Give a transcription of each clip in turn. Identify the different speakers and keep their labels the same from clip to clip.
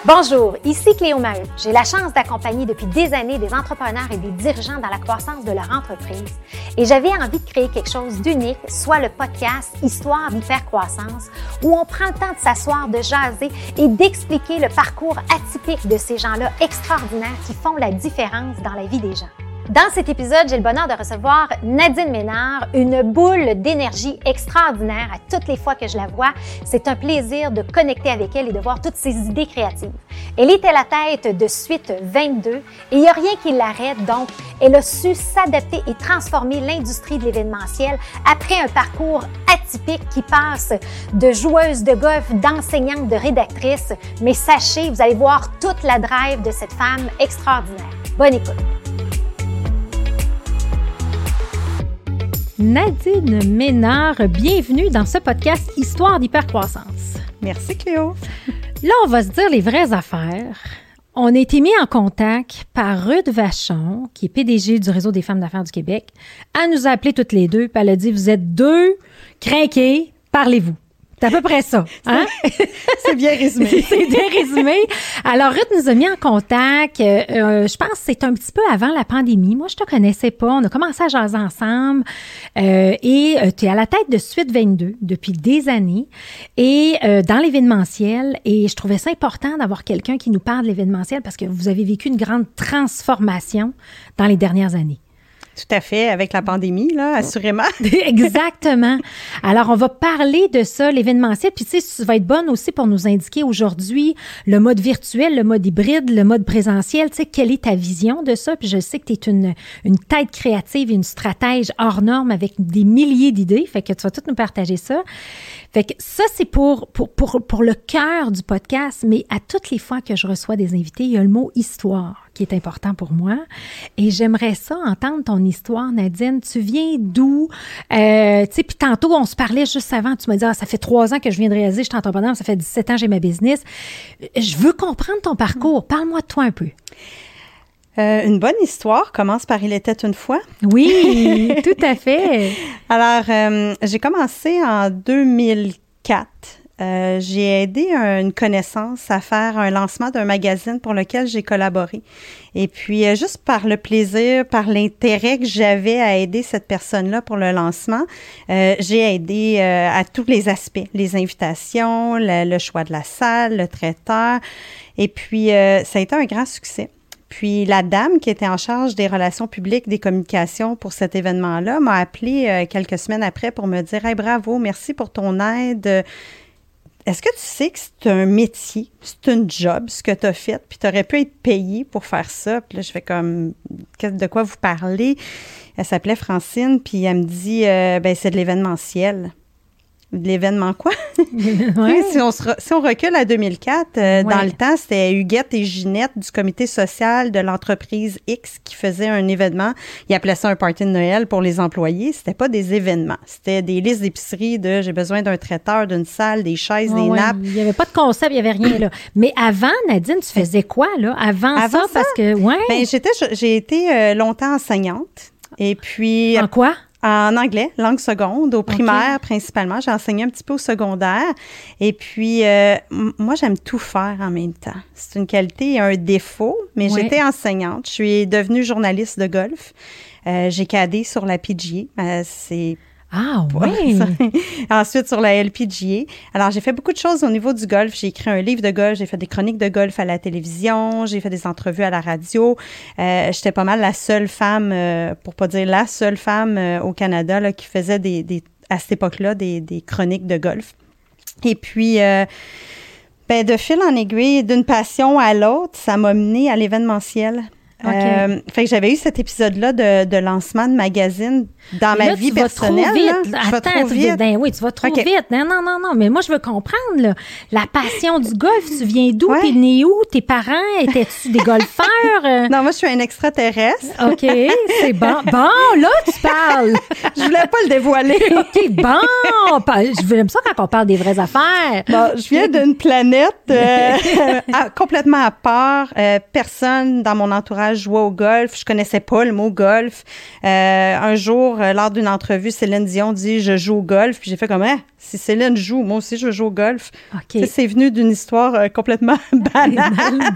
Speaker 1: Bonjour, ici Cléo Maheu. J'ai la chance d'accompagner depuis des années des entrepreneurs et des dirigeants dans la croissance de leur entreprise. Et j'avais envie de créer quelque chose d'unique, soit le podcast Histoire d'hypercroissance, où on prend le temps de s'asseoir, de jaser et d'expliquer le parcours atypique de ces gens-là extraordinaires qui font la différence dans la vie des gens. Dans cet épisode, j'ai le bonheur de recevoir Nadine Ménard, une boule d'énergie extraordinaire à toutes les fois que je la vois. C'est un plaisir de connecter avec elle et de voir toutes ses idées créatives. Elle est à la tête de Suite 22 et il n'y a rien qui l'arrête, donc elle a su s'adapter et transformer l'industrie de l'événementiel après un parcours atypique qui passe de joueuse de golf, d'enseignante, de rédactrice. Mais sachez, vous allez voir toute la drive de cette femme extraordinaire. Bonne écoute! Nadine Ménard, bienvenue dans ce podcast Histoire d'hypercroissance.
Speaker 2: Merci Cléo.
Speaker 1: Là, on va se dire les vraies affaires. On a été mis en contact par Ruth Vachon, qui est PDG du Réseau des femmes d'affaires du Québec. Elle nous a appelés toutes les deux, puis elle a dit « Vous êtes deux crinqués, parlez-vous ». C'est à peu près ça. Hein?
Speaker 2: C'est bien résumé.
Speaker 1: C'est bien résumé. Alors, Ruth nous a mis en contact. Je pense que c'est un petit peu avant la pandémie. Moi, je te connaissais pas. On a commencé à jaser ensemble. Et tu es à la tête de Suite 22 depuis des années et dans l'événementiel. Et je trouvais ça important d'avoir quelqu'un qui nous parle de l'événementiel parce que vous avez vécu une grande transformation dans les dernières années.
Speaker 2: Tout à fait, avec la pandémie, là, assurément.
Speaker 1: Exactement. Alors, on va parler de ça, l'événementiel. Puis, tu sais, tu vas être bonne aussi pour nous indiquer aujourd'hui le mode virtuel, le mode hybride, le mode présentiel. Tu sais, quelle est ta vision de ça? Puis, je sais que tu es une tête créative et une stratège hors norme avec des milliers d'idées. Fait que tu vas tout nous partager ça. Fait que ça, c'est pour le cœur du podcast. Mais à toutes les fois que je reçois des invités, il y a le mot « histoire » qui est important pour moi. Et j'aimerais ça, entendre ton histoire, Nadine. Tu viens d'où? Tu sais, puis tantôt, on se parlait juste avant. Tu m'as dit, ça fait 3 ans que je viens de réaliser, je suis entrepreneur, ça fait 17 ans que j'ai ma business. Je veux comprendre ton parcours. Parle-moi de toi un peu.
Speaker 2: Une bonne histoire commence par « Il était une fois ».
Speaker 1: Oui, tout à fait.
Speaker 2: Alors, j'ai commencé en 2004. J'ai aidé une connaissance à faire un lancement d'un magazine pour lequel j'ai collaboré. Et puis, juste par le plaisir, par l'intérêt que j'avais à aider cette personne-là pour le lancement, j'ai aidé à tous les aspects, les invitations, le choix de la salle, le traiteur. Et puis, ça a été un grand succès. Puis la dame qui était en charge des relations publiques, des communications pour cet événement-là m'a appelé quelques semaines après pour me dire « Hey, bravo, merci pour ton aide. Est-ce que tu sais que c'est un métier, c'est une job, ce que tu as fait, puis tu aurais pu être payée pour faire ça? » Puis là, je fais comme « De quoi vous parlez? » Elle s'appelait Francine, puis elle me dit « c'est de l'événementiel. » De l'événement quoi? Ouais. Si on recule à 2004, dans le temps, c'était Huguette et Ginette du comité social de l'entreprise X qui faisait un événement. Ils appelaient ça un party de Noël pour les employés. C'était pas des événements. C'était des listes d'épicerie de j'ai besoin d'un traiteur, d'une salle, des chaises, des nappes.
Speaker 1: Il n'y avait pas de concept, il n'y avait rien là. Mais avant, Nadine, tu faisais quoi là? Avant ça, parce que,
Speaker 2: j'ai été longtemps enseignante. Et puis...
Speaker 1: En quoi?
Speaker 2: En anglais, langue seconde, au primaire principalement. J'ai enseigné un petit peu au secondaire. Et puis, moi, j'aime tout faire en même temps. C'est une qualité et un défaut, mais j'étais enseignante. Je suis devenue journaliste de golf. J'ai cadé sur la PGA. C'est...
Speaker 1: Ah oui!
Speaker 2: Ensuite, sur la LPGA. Alors, j'ai fait beaucoup de choses au niveau du golf. J'ai écrit un livre de golf, j'ai fait des chroniques de golf à la télévision, j'ai fait des entrevues à la radio. J'étais pas mal la seule femme, pour pas dire la seule femme au Canada là, qui faisait à cette époque-là des chroniques de golf. Et puis, de fil en aiguille, d'une passion à l'autre, ça m'a menée à l'événementiel.
Speaker 1: Okay.
Speaker 2: Fait que j'avais eu cet épisode-là de lancement de magazine dans ma vie personnelle.
Speaker 1: Tu vas trop vite. Ben oui, tu vas trop vite. Non. Mais moi, je veux comprendre, là, la passion du golf, tu viens d'où? T'es né où? Tes parents, étaient-tu des golfeurs?
Speaker 2: Non, moi, je suis un extraterrestre.
Speaker 1: OK, c'est bon. Bon, là, tu parles.
Speaker 2: Je voulais pas le dévoiler.
Speaker 1: OK, bon. J'aime ça quand on parle des vraies affaires.
Speaker 2: Bon, je viens d'une planète complètement à part. Personne dans mon entourage secondaire, je jouais au golf. Je connaissais pas le mot golf. Un jour, lors d'une entrevue, Céline Dion dit « Je joue au golf ». Puis j'ai fait comme « si Céline joue, moi aussi, je joue au golf.
Speaker 1: Okay. »
Speaker 2: C'est venu d'une histoire complètement banale.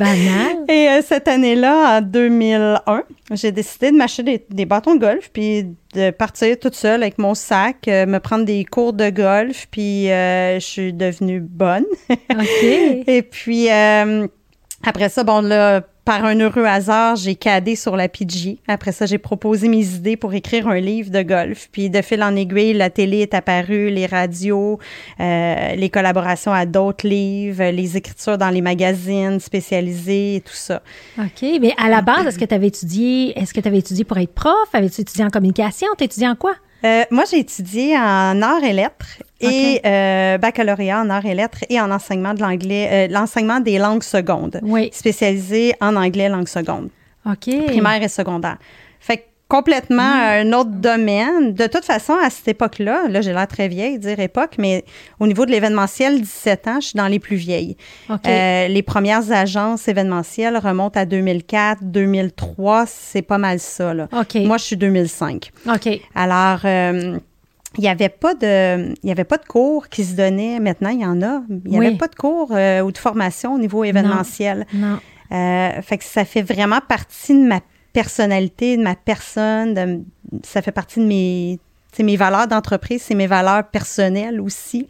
Speaker 2: Et cette année-là, en 2001, j'ai décidé de m'acheter des bâtons de golf puis de partir toute seule avec mon sac, me prendre des cours de golf, puis je suis devenue bonne.
Speaker 1: OK.
Speaker 2: Et puis, après ça, bon, là, par un heureux hasard, j'ai cadé sur la PG. Après ça, j'ai proposé mes idées pour écrire un livre de golf. Puis, de fil en aiguille, la télé est apparue, les radios, les collaborations à d'autres livres, les écritures dans les magazines spécialisés et tout ça.
Speaker 1: OK. Mais à la base, est-ce que tu avais étudié pour être prof? Avais-tu étudié en communication? Tu étudié en quoi?
Speaker 2: Moi, j'ai étudié en arts et lettres et baccalauréat en arts et lettres et en enseignement de l'anglais, l'enseignement des langues secondes, spécialisé en anglais langue seconde, primaire et secondaire. Fait que complètement un autre domaine. De toute façon, à cette époque-là, j'ai l'air très vieille, dire époque, mais au niveau de l'événementiel, 17 ans, je suis dans les plus vieilles. Les premières agences événementielles remontent à 2004, 2003, c'est pas mal ça, là. Moi, je suis 2005. Alors, il n'y avait pas de cours qui se donnaient. Maintenant, il y en a. Il n'y avait pas de cours ou de formation au niveau événementiel.
Speaker 1: Non.
Speaker 2: Fait que ça fait vraiment partie de ma personnalité, de ma personne, ça fait partie de mes valeurs d'entreprise, c'est mes valeurs personnelles aussi.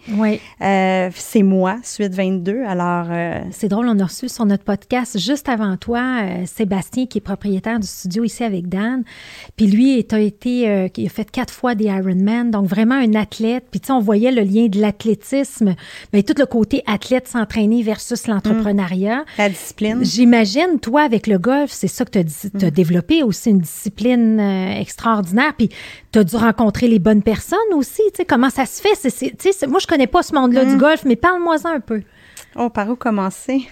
Speaker 2: C'est moi, Suite 22, alors...
Speaker 1: C'est drôle, on a reçu sur notre podcast, juste avant toi, Sébastien, qui est propriétaire du studio ici avec Dan, puis lui, il a fait 4 fois des Ironman, donc vraiment un athlète, puis tu sais, on voyait le lien de l'athlétisme, mais tout le côté athlète s'entraîner versus l'entrepreneuriat.
Speaker 2: La discipline.
Speaker 1: J'imagine, toi, avec le golf, c'est ça que tu as développé aussi, une discipline extraordinaire, puis tu as dû rencontrer les bonnes personnes aussi, tu sais, comment ça se fait? Moi, je connais pas ce monde-là du golf, mais parle-moi-en un peu.
Speaker 2: Oh, par où commencer?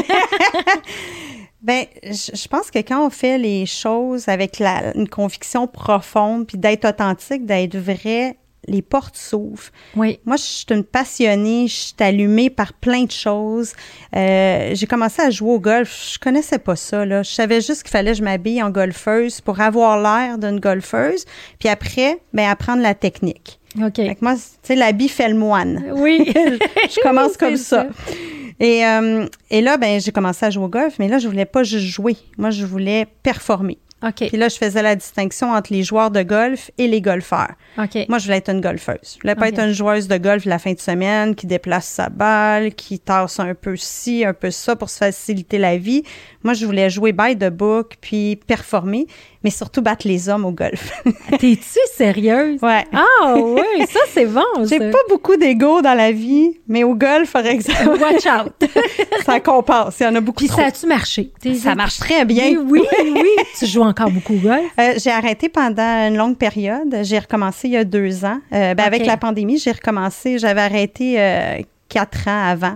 Speaker 2: Bien, je pense que quand on fait les choses avec une conviction profonde, puis d'être authentique, d'être vrai, les portes s'ouvrent. Moi, je suis une passionnée, je suis allumée par plein de choses. J'ai commencé à jouer au golf, je connaissais pas ça, là. Je savais juste qu'il fallait que je m'habille en golfeuse pour avoir l'air d'une golfeuse, puis après, bien, apprendre la technique. Fait que moi, tu sais, l'habit fait le moine. Je commence comme ça. Et là, ben, j'ai commencé à jouer au golf, mais là, je voulais pas juste jouer. Moi, je voulais performer. Puis là, je faisais la distinction entre les joueurs de golf et les golfeurs. Moi, je voulais être une golfeuse. Je voulais pas être une joueuse de golf la fin de semaine qui déplace sa balle, qui tasse un peu ci, un peu ça pour se faciliter la vie. Moi, je voulais jouer by the book puis performer, mais surtout battre les hommes au golf.
Speaker 1: T'es-tu sérieuse? Ah oui, ça, c'est bon.
Speaker 2: J'ai pas beaucoup d'ego dans la vie, mais au golf, par exemple.
Speaker 1: Watch out!
Speaker 2: Ça compense. Il y en a beaucoup
Speaker 1: puis
Speaker 2: trop.
Speaker 1: Ça a-tu marché?
Speaker 2: Ça marche très bien.
Speaker 1: Oui. Tu joues encore beaucoup au golf?
Speaker 2: J'ai arrêté pendant une longue période. J'ai recommencé il y a 2 ans. Avec la pandémie, j'ai recommencé. J'avais arrêté 4 ans avant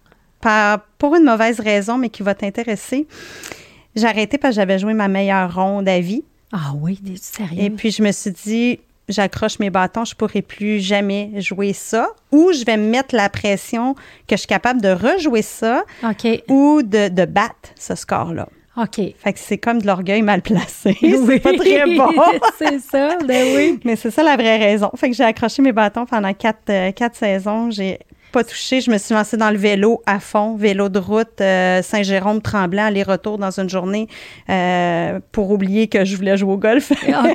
Speaker 2: pour une mauvaise raison, mais qui va t'intéresser. J'ai arrêté parce que j'avais joué ma meilleure ronde à vie.
Speaker 1: Ah oui, t'es sérieux?
Speaker 2: Et puis, je me suis dit, j'accroche mes bâtons, je ne pourrai plus jamais jouer ça. Ou je vais me mettre la pression que je suis capable de rejouer ça ou de battre ce score-là. Fait que c'est comme de l'orgueil mal placé. C'est pas très bon.
Speaker 1: C'est ça, ben oui.
Speaker 2: Mais c'est ça la vraie raison. Fait que j'ai accroché mes bâtons pendant 4 saisons. J'ai pas touché. Je me suis lancée dans le vélo à fond, vélo de route, Saint-Jérôme-Tremblant, aller-retour dans une journée pour oublier que je voulais jouer au golf.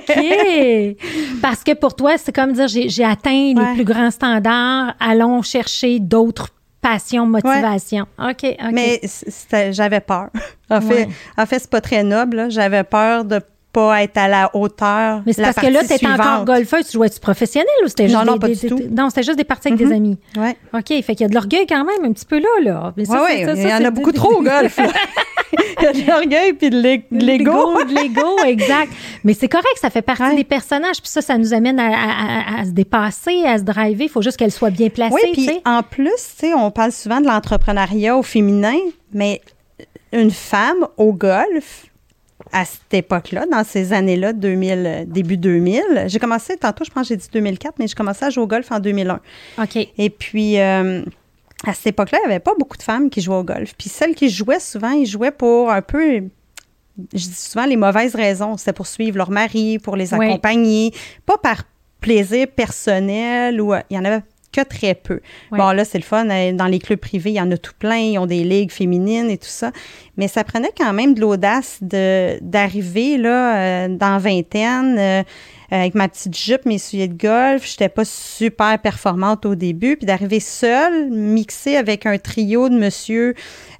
Speaker 1: Parce que pour toi, c'est comme dire, j'ai atteint les plus grands standards, allons chercher d'autres passion, motivation. Mais
Speaker 2: j'avais peur. En fait, c'est pas très noble. Là. J'avais peur de pas être à la hauteur.
Speaker 1: Mais c'est parce que là, tu étais encore golfeuse. Tu jouais-tu professionnel ou c'était juste
Speaker 2: pas du tout.
Speaker 1: Non, c'était juste des parties avec des amis. OK, fait qu'il y a de l'orgueil quand même un petit peu là.
Speaker 2: Oui, il y en a beaucoup trop au golf. Il y a de l'orgueil puis de l'ego.
Speaker 1: De l'ego, exact. Mais c'est correct, ça fait partie des personnages. Puis ça nous amène à se dépasser, à se driver. Il faut juste qu'elle soit bien placée.
Speaker 2: Oui, puis en plus, tu sais, on parle souvent de l'entrepreneuriat au féminin, mais une femme au golf, à cette époque-là, dans ces années-là, début 2000, j'ai commencé, tantôt, je pense que j'ai dit 2004, mais j'ai commencé à jouer au golf en 2001. Et puis, à cette époque-là, il n'y avait pas beaucoup de femmes qui jouaient au golf. Puis celles qui jouaient, souvent, ils jouaient pour un peu je dis souvent les mauvaises raisons. C'était pour suivre leur mari, pour les accompagner, pas par plaisir personnel ou il y en avait que très peu. Ouais. Bon, là, c'est le fun. Dans les clubs privés, il y en a tout plein. Ils ont des ligues féminines et tout ça. Mais ça prenait quand même de l'audace d'arriver là, dans la vingtaine avec ma petite jupe, mes souliers de golf. Je n'étais pas super performante au début. Puis d'arriver seule, mixée avec un trio de monsieur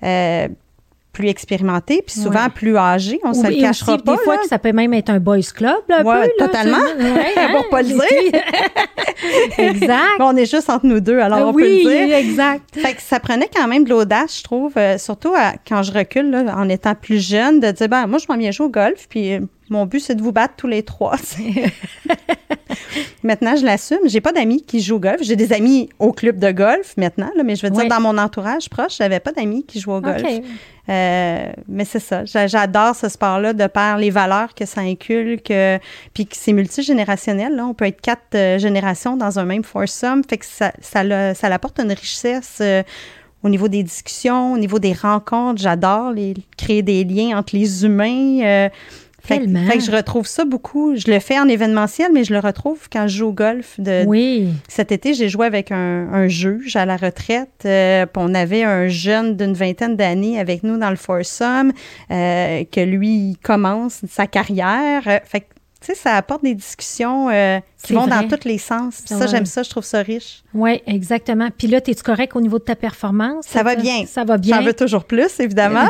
Speaker 2: plus expérimenté, puis souvent plus âgé, on se le cachera
Speaker 1: aussi,
Speaker 2: pas.
Speaker 1: Des fois, que ça peut même être un boys club, là,
Speaker 2: ouais,
Speaker 1: un peu.
Speaker 2: Totalement, pour pas le dire.
Speaker 1: Exact.
Speaker 2: Bon, on est juste entre nous deux, alors on peut le dire.
Speaker 1: Oui, exact.
Speaker 2: Fait que ça prenait quand même de l'audace, je trouve, surtout quand je recule, là, en étant plus jeune, de dire, moi, je m'en viens jouer au golf, puis mon but, c'est de vous battre tous les trois. Maintenant, je l'assume. J'ai pas d'amis qui jouent au golf. J'ai des amis au club de golf maintenant, là, mais je veux dire, dans mon entourage proche, j'avais pas d'amis qui jouent au golf. Okay. Mais c'est ça. J'adore ce sport-là de par les valeurs que ça inculque, puis que c'est multigénérationnel. Là. On peut être 4 générations dans un même foursome. Fait que ça apporte une richesse au niveau des discussions, au niveau des rencontres. J'adore créer des liens entre les humains. Fait que je retrouve ça beaucoup. Je le fais en événementiel, mais je le retrouve quand je joue au golf. Cet été, j'ai joué avec un juge à la retraite. Puis on avait un jeune d'une 20aine d'années avec nous dans le foursome, que lui, il commence sa carrière. Fait que, tu sais, ça apporte des discussions qui vont dans tous les sens. Puis ça, j'aime ça, je trouve ça riche.
Speaker 1: Oui, exactement. Puis là, es-tu correct au niveau de ta performance?
Speaker 2: Ça va bien.
Speaker 1: Ça va bien.
Speaker 2: J'en veux toujours plus, évidemment.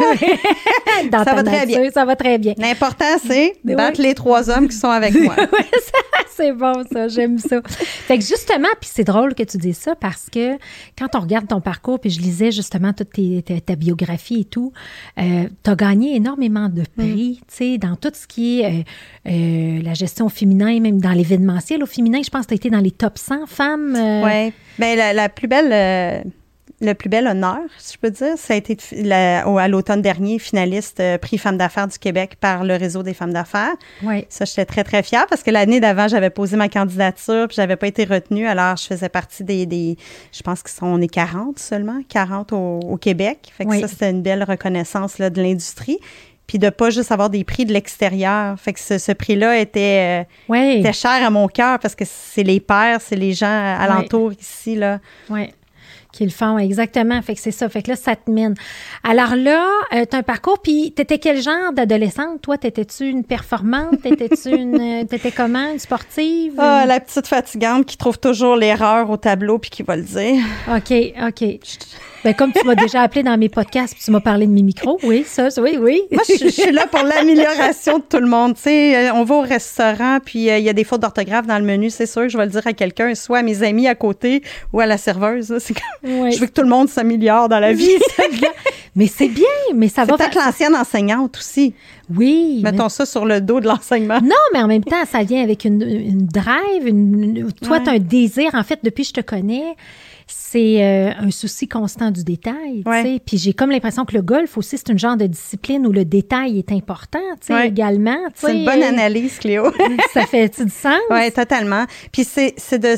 Speaker 1: Ça va très bien. Ça va très bien.
Speaker 2: L'important, c'est battre les 3 hommes qui sont avec moi.
Speaker 1: C'est bon, ça. J'aime ça. Fait que justement, puis c'est drôle que tu dises ça parce que quand on regarde ton parcours, puis je lisais justement toute ta biographie et tout, tu as gagné énormément de prix, tu sais, dans tout ce qui est la gestion féminin, même dans l'événementiel au féminin. Je pense que tu as été dans les top 100 femmes.
Speaker 2: Oui. Bien, la plus belle... Le plus bel honneur, si je peux dire, ça a été à l'automne dernier, finaliste prix Femmes d'affaires du Québec par le Réseau des femmes d'affaires.
Speaker 1: Oui.
Speaker 2: Ça, j'étais très, très fière parce que l'année d'avant, j'avais posé ma candidature puis j'avais pas été retenue. Alors, je faisais partie je pense qu'on est 40 seulement, 40 au Québec. Fait que ça, c'était une belle reconnaissance là, de l'industrie. Puis de pas juste avoir des prix de l'extérieur. Fait que ce prix-là était cher à mon cœur parce que c'est les pairs, c'est les gens alentours ici, là.
Speaker 1: Oui. Qui le font, exactement. Fait que c'est ça. Fait que là, ça te mine. Alors là, t'as un parcours, puis t'étais quel genre d'adolescente? Toi, t'étais-tu une performante? T'étais comment? Une sportive?
Speaker 2: Ah, la petite fatigante qui trouve toujours l'erreur au tableau puis qui va le dire.
Speaker 1: OK. Ben, comme tu m'as déjà appelé dans mes podcasts puis tu m'as parlé de mes micros, oui. Moi,
Speaker 2: je suis là pour l'amélioration de tout le monde. Tu sais, on va au restaurant puis il y a des fautes d'orthographe dans le menu. C'est sûr que je vais le dire à quelqu'un, soit à mes amis à côté ou à la serveuse. Là. C'est comme, je veux que tout le monde s'améliore dans la vie.
Speaker 1: Mais c'est bien, mais ça va...
Speaker 2: C'est peut-être l'ancienne enseignante aussi.
Speaker 1: Oui.
Speaker 2: Mettons ça sur le dos de l'enseignement.
Speaker 1: Non, mais en même temps, ça vient avec une drive. Toi, tu as un désir. En fait, depuis que je te connais, c'est un souci constant du détail. Ouais. Puis j'ai comme l'impression que le golf aussi, c'est un genre de discipline où le détail est important également.
Speaker 2: C'est une bonne analyse, Cléo.
Speaker 1: Ça fait-tu du sens?
Speaker 2: Oui, totalement. Puis c'est de...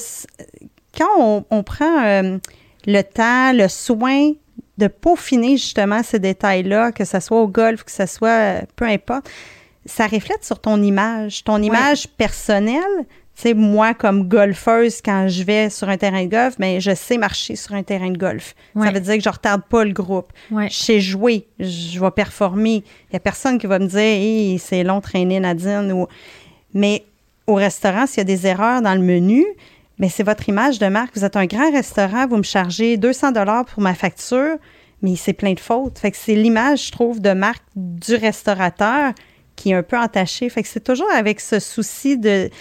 Speaker 2: Quand on prend le temps, le soin de peaufiner justement ces détails-là, que ce soit au golf, que ce soit peu importe, ça reflète sur ton image personnelle. Tu sais, moi, comme golfeuse, quand je vais sur un terrain de golf, bien, je sais marcher sur un terrain de golf. Ouais. Ça veut dire que je ne retarde pas le groupe. Ouais. Je sais jouer, je vais performer. Il n'y a personne qui va me dire « Hey, c'est long traîner Nadine ». Mais au restaurant, s'il y a des erreurs dans le menu, bien, c'est votre image de marque. Vous êtes un grand restaurant, vous me chargez 200 $ pour ma facture, mais c'est plein de fautes. Fait que c'est l'image, je trouve, de marque du restaurateur qui est un peu entachée. Fait que c'est toujours avec ce souci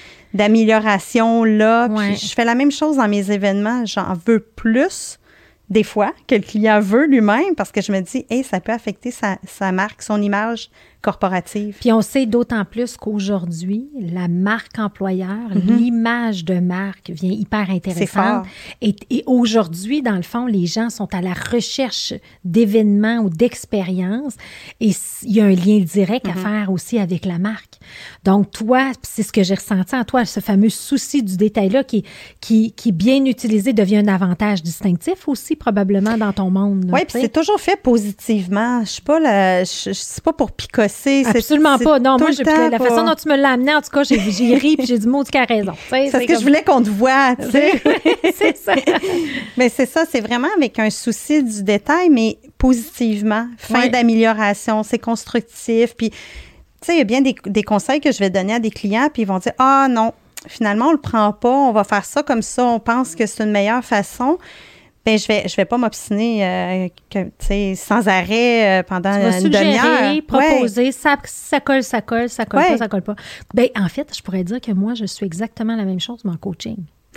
Speaker 2: d'amélioration-là. Puis je fais la même chose dans mes événements. J'en veux plus, des fois, que le client veut lui-même, parce que je me dis, hey, ça peut affecter sa marque, son image corporative.
Speaker 1: Puis on sait d'autant plus qu'aujourd'hui, la marque employeur, l'image de marque vient hyper intéressante.
Speaker 2: C'est fort.
Speaker 1: Et aujourd'hui, dans le fond, les gens sont à la recherche d'événements ou d'expériences et il y a un lien direct à faire aussi avec la marque. Donc, toi, c'est ce que j'ai ressenti en toi, ce fameux souci du détail-là qui bien utilisé devient un avantage distinctif aussi
Speaker 3: probablement dans ton monde.
Speaker 2: Oui, puis c'est toujours fait positivement. Je suis pas c'est pas pour picosser.
Speaker 3: Absolument pas. Non, moi, la
Speaker 2: pas...
Speaker 3: façon dont tu me l'as amené, en tout cas, j'ai ri puis j'ai dit maudit qu'elle a raison.
Speaker 2: C'est parce que je voulais qu'on te voie, tu sais.
Speaker 3: C'est ça.
Speaker 2: Mais c'est ça, c'est vraiment avec un souci du détail, mais positivement. Fin d'amélioration, c'est constructif. Puis, tu sais, il y a bien des conseils que je vais donner à des clients, puis ils vont dire « Ah non, finalement, on le prend pas, on va faire ça comme ça, on pense que c'est une meilleure façon. » Bien, je vais pas m'obstiner sans arrêt pendant une demi-heure.
Speaker 3: Proposer, ça colle, ça colle, ça colle pas, ça colle pas. Bien, en fait, je pourrais dire que moi, je suis exactement la même chose, mais en coaching.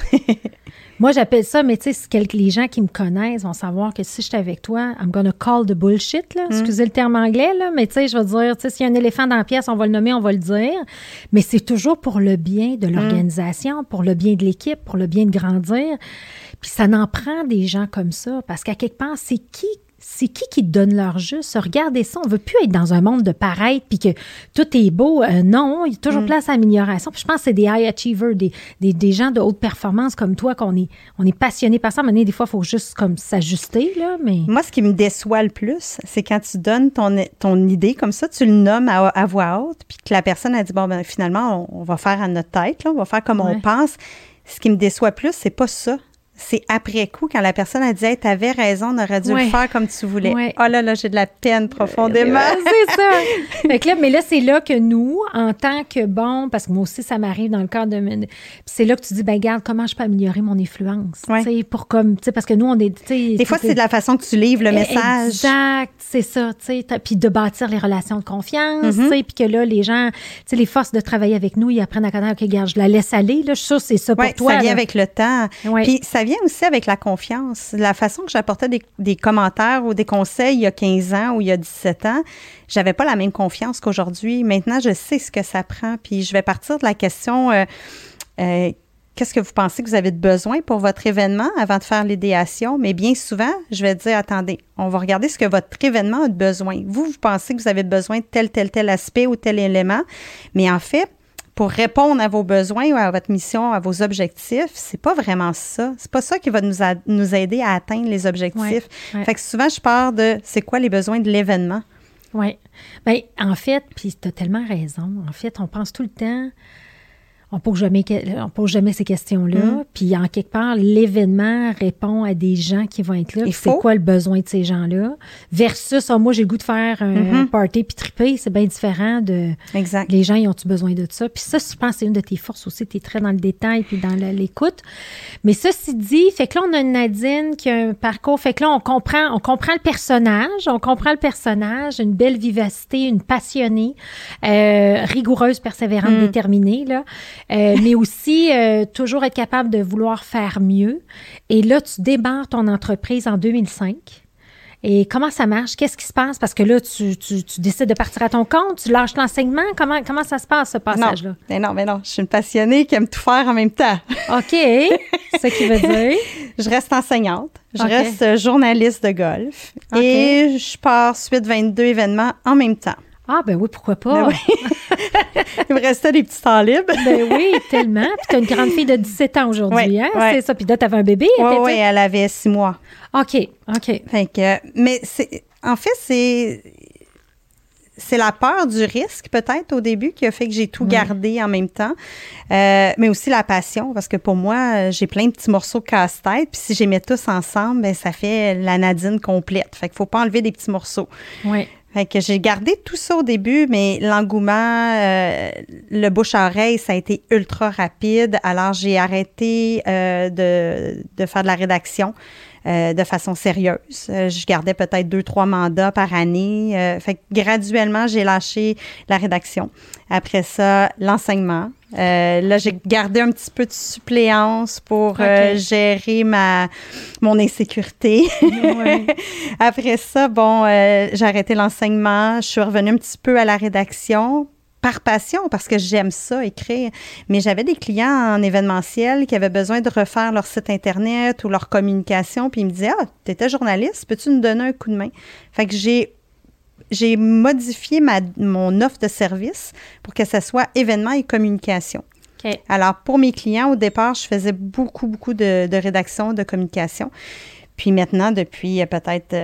Speaker 3: Moi, j'appelle ça, mais tu sais, les gens qui me connaissent vont savoir que si je suis avec toi, I'm gonna call the bullshit, là. Excusez le terme anglais, là, mais tu sais, je veux dire, tu sais, s'il y a un éléphant dans la pièce, on va le nommer, on va le dire. Mais c'est toujours pour le bien de l'organisation, pour le bien de l'équipe, pour le bien de grandir. Puis ça n'en prend des gens comme ça, parce qu'à quelque part, c'est qui te donne leur juste? Regardez ça, on ne veut plus être dans un monde de paraître puis que tout est beau. Non, il y a toujours place à amélioration. Puis je pense que c'est des high achievers, des gens de haute performance comme toi, qu'on est passionné par ça. Mais des fois, il faut juste comme s'ajuster, là. Mais...
Speaker 2: Moi, ce qui me déçoit le plus, c'est quand tu donnes ton idée comme ça, tu le nommes à voix haute, puis que la personne a dit, bon, ben finalement, on va faire à notre tête, là, on va faire comme on pense. Ce qui me déçoit plus, c'est pas ça. C'est après coup, quand la personne a dit hey, « t'avais raison, on aurait dû le faire comme tu voulais. » Oh là, j'ai de la peine profondément.
Speaker 3: C'est ça. Fait que là, mais là, c'est là que nous, en tant que parce que moi aussi, ça m'arrive dans le cadre de... c'est là que tu dis, ben regarde, comment je peux améliorer mon influence? Tu sais, pour comme... Tu sais, parce que nous, on est...
Speaker 2: Des fois, c'est de la façon que tu livres le message.
Speaker 3: Exact, c'est ça, tu sais. Puis de bâtir les relations de confiance, tu sais, puis que là, les gens, tu sais, les forces de travailler avec nous, ils apprennent à connaître, OK, regarde, je la laisse aller, là, je suis sûre que c'est ça pour toi.
Speaker 2: Ça vient avec le temps. Puis ça vient aussi avec la confiance. La façon que j'apportais des commentaires ou des conseils il y a 15 ans ou il y a 17 ans, j'avais pas la même confiance qu'aujourd'hui. Maintenant, je sais ce que ça prend. Puis je vais partir de la question qu'est-ce que vous pensez que vous avez de besoin pour votre événement avant de faire l'idéation? Mais bien souvent, je vais dire, attendez, on va regarder ce que votre événement a de besoin. Vous pensez que vous avez besoin de tel aspect ou tel élément. Mais en fait, pour répondre à vos besoins ou à votre mission, à vos objectifs, c'est pas vraiment ça. C'est pas ça qui va nous aider à atteindre les objectifs. Fait que souvent, je pars de c'est quoi les besoins de l'événement.
Speaker 3: Oui. Bien, en fait, puis tu as tellement raison. En fait, on pense tout le temps... On pose jamais ces questions-là. Puis, en quelque part, l'événement répond à des gens qui vont être là. C'est quoi le besoin de ces gens-là? Versus, moi, j'ai le goût de faire un party puis triper. C'est bien différent de...
Speaker 2: Exact.
Speaker 3: Les gens, ils ont-tu besoin de ça? Puis ça, je pense, c'est une de tes forces aussi. Tu es très dans le détail puis dans l'écoute. Mais ceci dit, fait que là, on a une Nadine qui a un parcours. Fait que là, on comprend le personnage. On comprend le personnage. Une belle vivacité, une passionnée, rigoureuse, persévérante, déterminée, là. Mais aussi toujours être capable de vouloir faire mieux. Et là, tu démarres ton entreprise en 2005. Et comment ça marche? Qu'est-ce qui se passe? Parce que là, tu décides de partir à ton compte, tu lâches l'enseignement. Comment ça se passe, ce passage-là?
Speaker 2: Non. Je suis une passionnée qui aime tout faire en même temps.
Speaker 3: OK. C'est ça qui veut dire?
Speaker 2: Je reste enseignante. Je reste journaliste de golf. Et je pars suite 22 événements en même temps.
Speaker 3: Ah, ben oui, pourquoi pas?
Speaker 2: Ben oui. Il me restait des petits temps libres.
Speaker 3: Ben oui, tellement. Puis tu as une grande fille de 17 ans aujourd'hui, hein?
Speaker 2: Ouais.
Speaker 3: C'est ça. Puis là, tu avais un bébé?
Speaker 2: Oui, elle avait 6 mois.
Speaker 3: OK.
Speaker 2: Fait que, mais en fait, c'est la peur du risque, peut-être, au début, qui a fait que j'ai tout gardé en même temps. Mais aussi la passion, parce que pour moi, j'ai plein de petits morceaux casse-tête. Puis si je les mets tous ensemble, ben, ça fait la Nadine complète. Fait qu'il ne faut pas enlever des petits morceaux.
Speaker 3: Oui.
Speaker 2: Fait que j'ai gardé tout ça au début, mais l'engouement, le bouche à oreille, ça a été ultra rapide. Alors, j'ai arrêté de faire de la rédaction de façon sérieuse. Je gardais peut-être 2-3 mandats par année. Fait que graduellement, j'ai lâché la rédaction. Après ça, l'enseignement. Là, j'ai gardé un petit peu de suppléance pour gérer mon insécurité. Ouais. Après ça, j'ai arrêté l'enseignement. Je suis revenue un petit peu à la rédaction par passion, parce que j'aime ça, écrire. Mais j'avais des clients en événementiel qui avaient besoin de refaire leur site Internet ou leur communication, puis ils me disaient « Ah, t'étais journaliste, peux-tu nous donner un coup de main? » Fait que j'ai modifié mon offre de service pour que ça soit événements et communication.
Speaker 3: Okay.
Speaker 2: Alors, pour mes clients, au départ, je faisais beaucoup de rédaction, de communication. Puis maintenant, depuis peut-être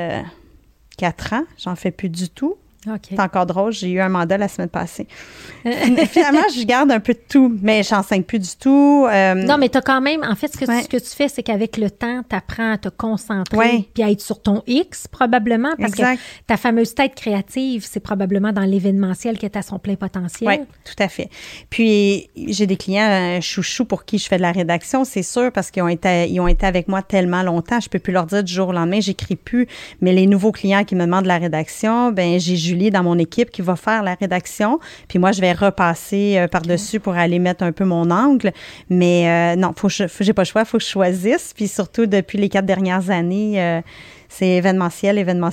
Speaker 2: 4 ans, j'en fais plus du tout.
Speaker 3: Okay.
Speaker 2: C'est encore drôle, j'ai eu un mandat la semaine passée. Finalement, je garde un peu de tout, mais j'enseigne plus du tout.
Speaker 3: Non, mais tu as quand même, en fait, ce que tu fais, c'est qu'avec le temps, tu apprends à te concentrer puis à être sur ton X, probablement, parce que ta fameuse tête créative, c'est probablement dans l'événementiel qui est à son plein potentiel.
Speaker 2: Oui, tout à fait. Puis, j'ai des clients chouchous pour qui je fais de la rédaction, c'est sûr, parce qu'ils ont été avec moi tellement longtemps, je peux plus leur dire du jour au lendemain, j'écris plus, mais les nouveaux clients qui me demandent de la rédaction, ben j'ai Julie dans mon équipe qui va faire la rédaction. Puis moi, je vais repasser par-dessus pour aller mettre un peu mon angle. Mais non, j'ai pas le choix, il faut que je choisisse. Puis surtout, depuis les 4 dernières années, c'est événementiel.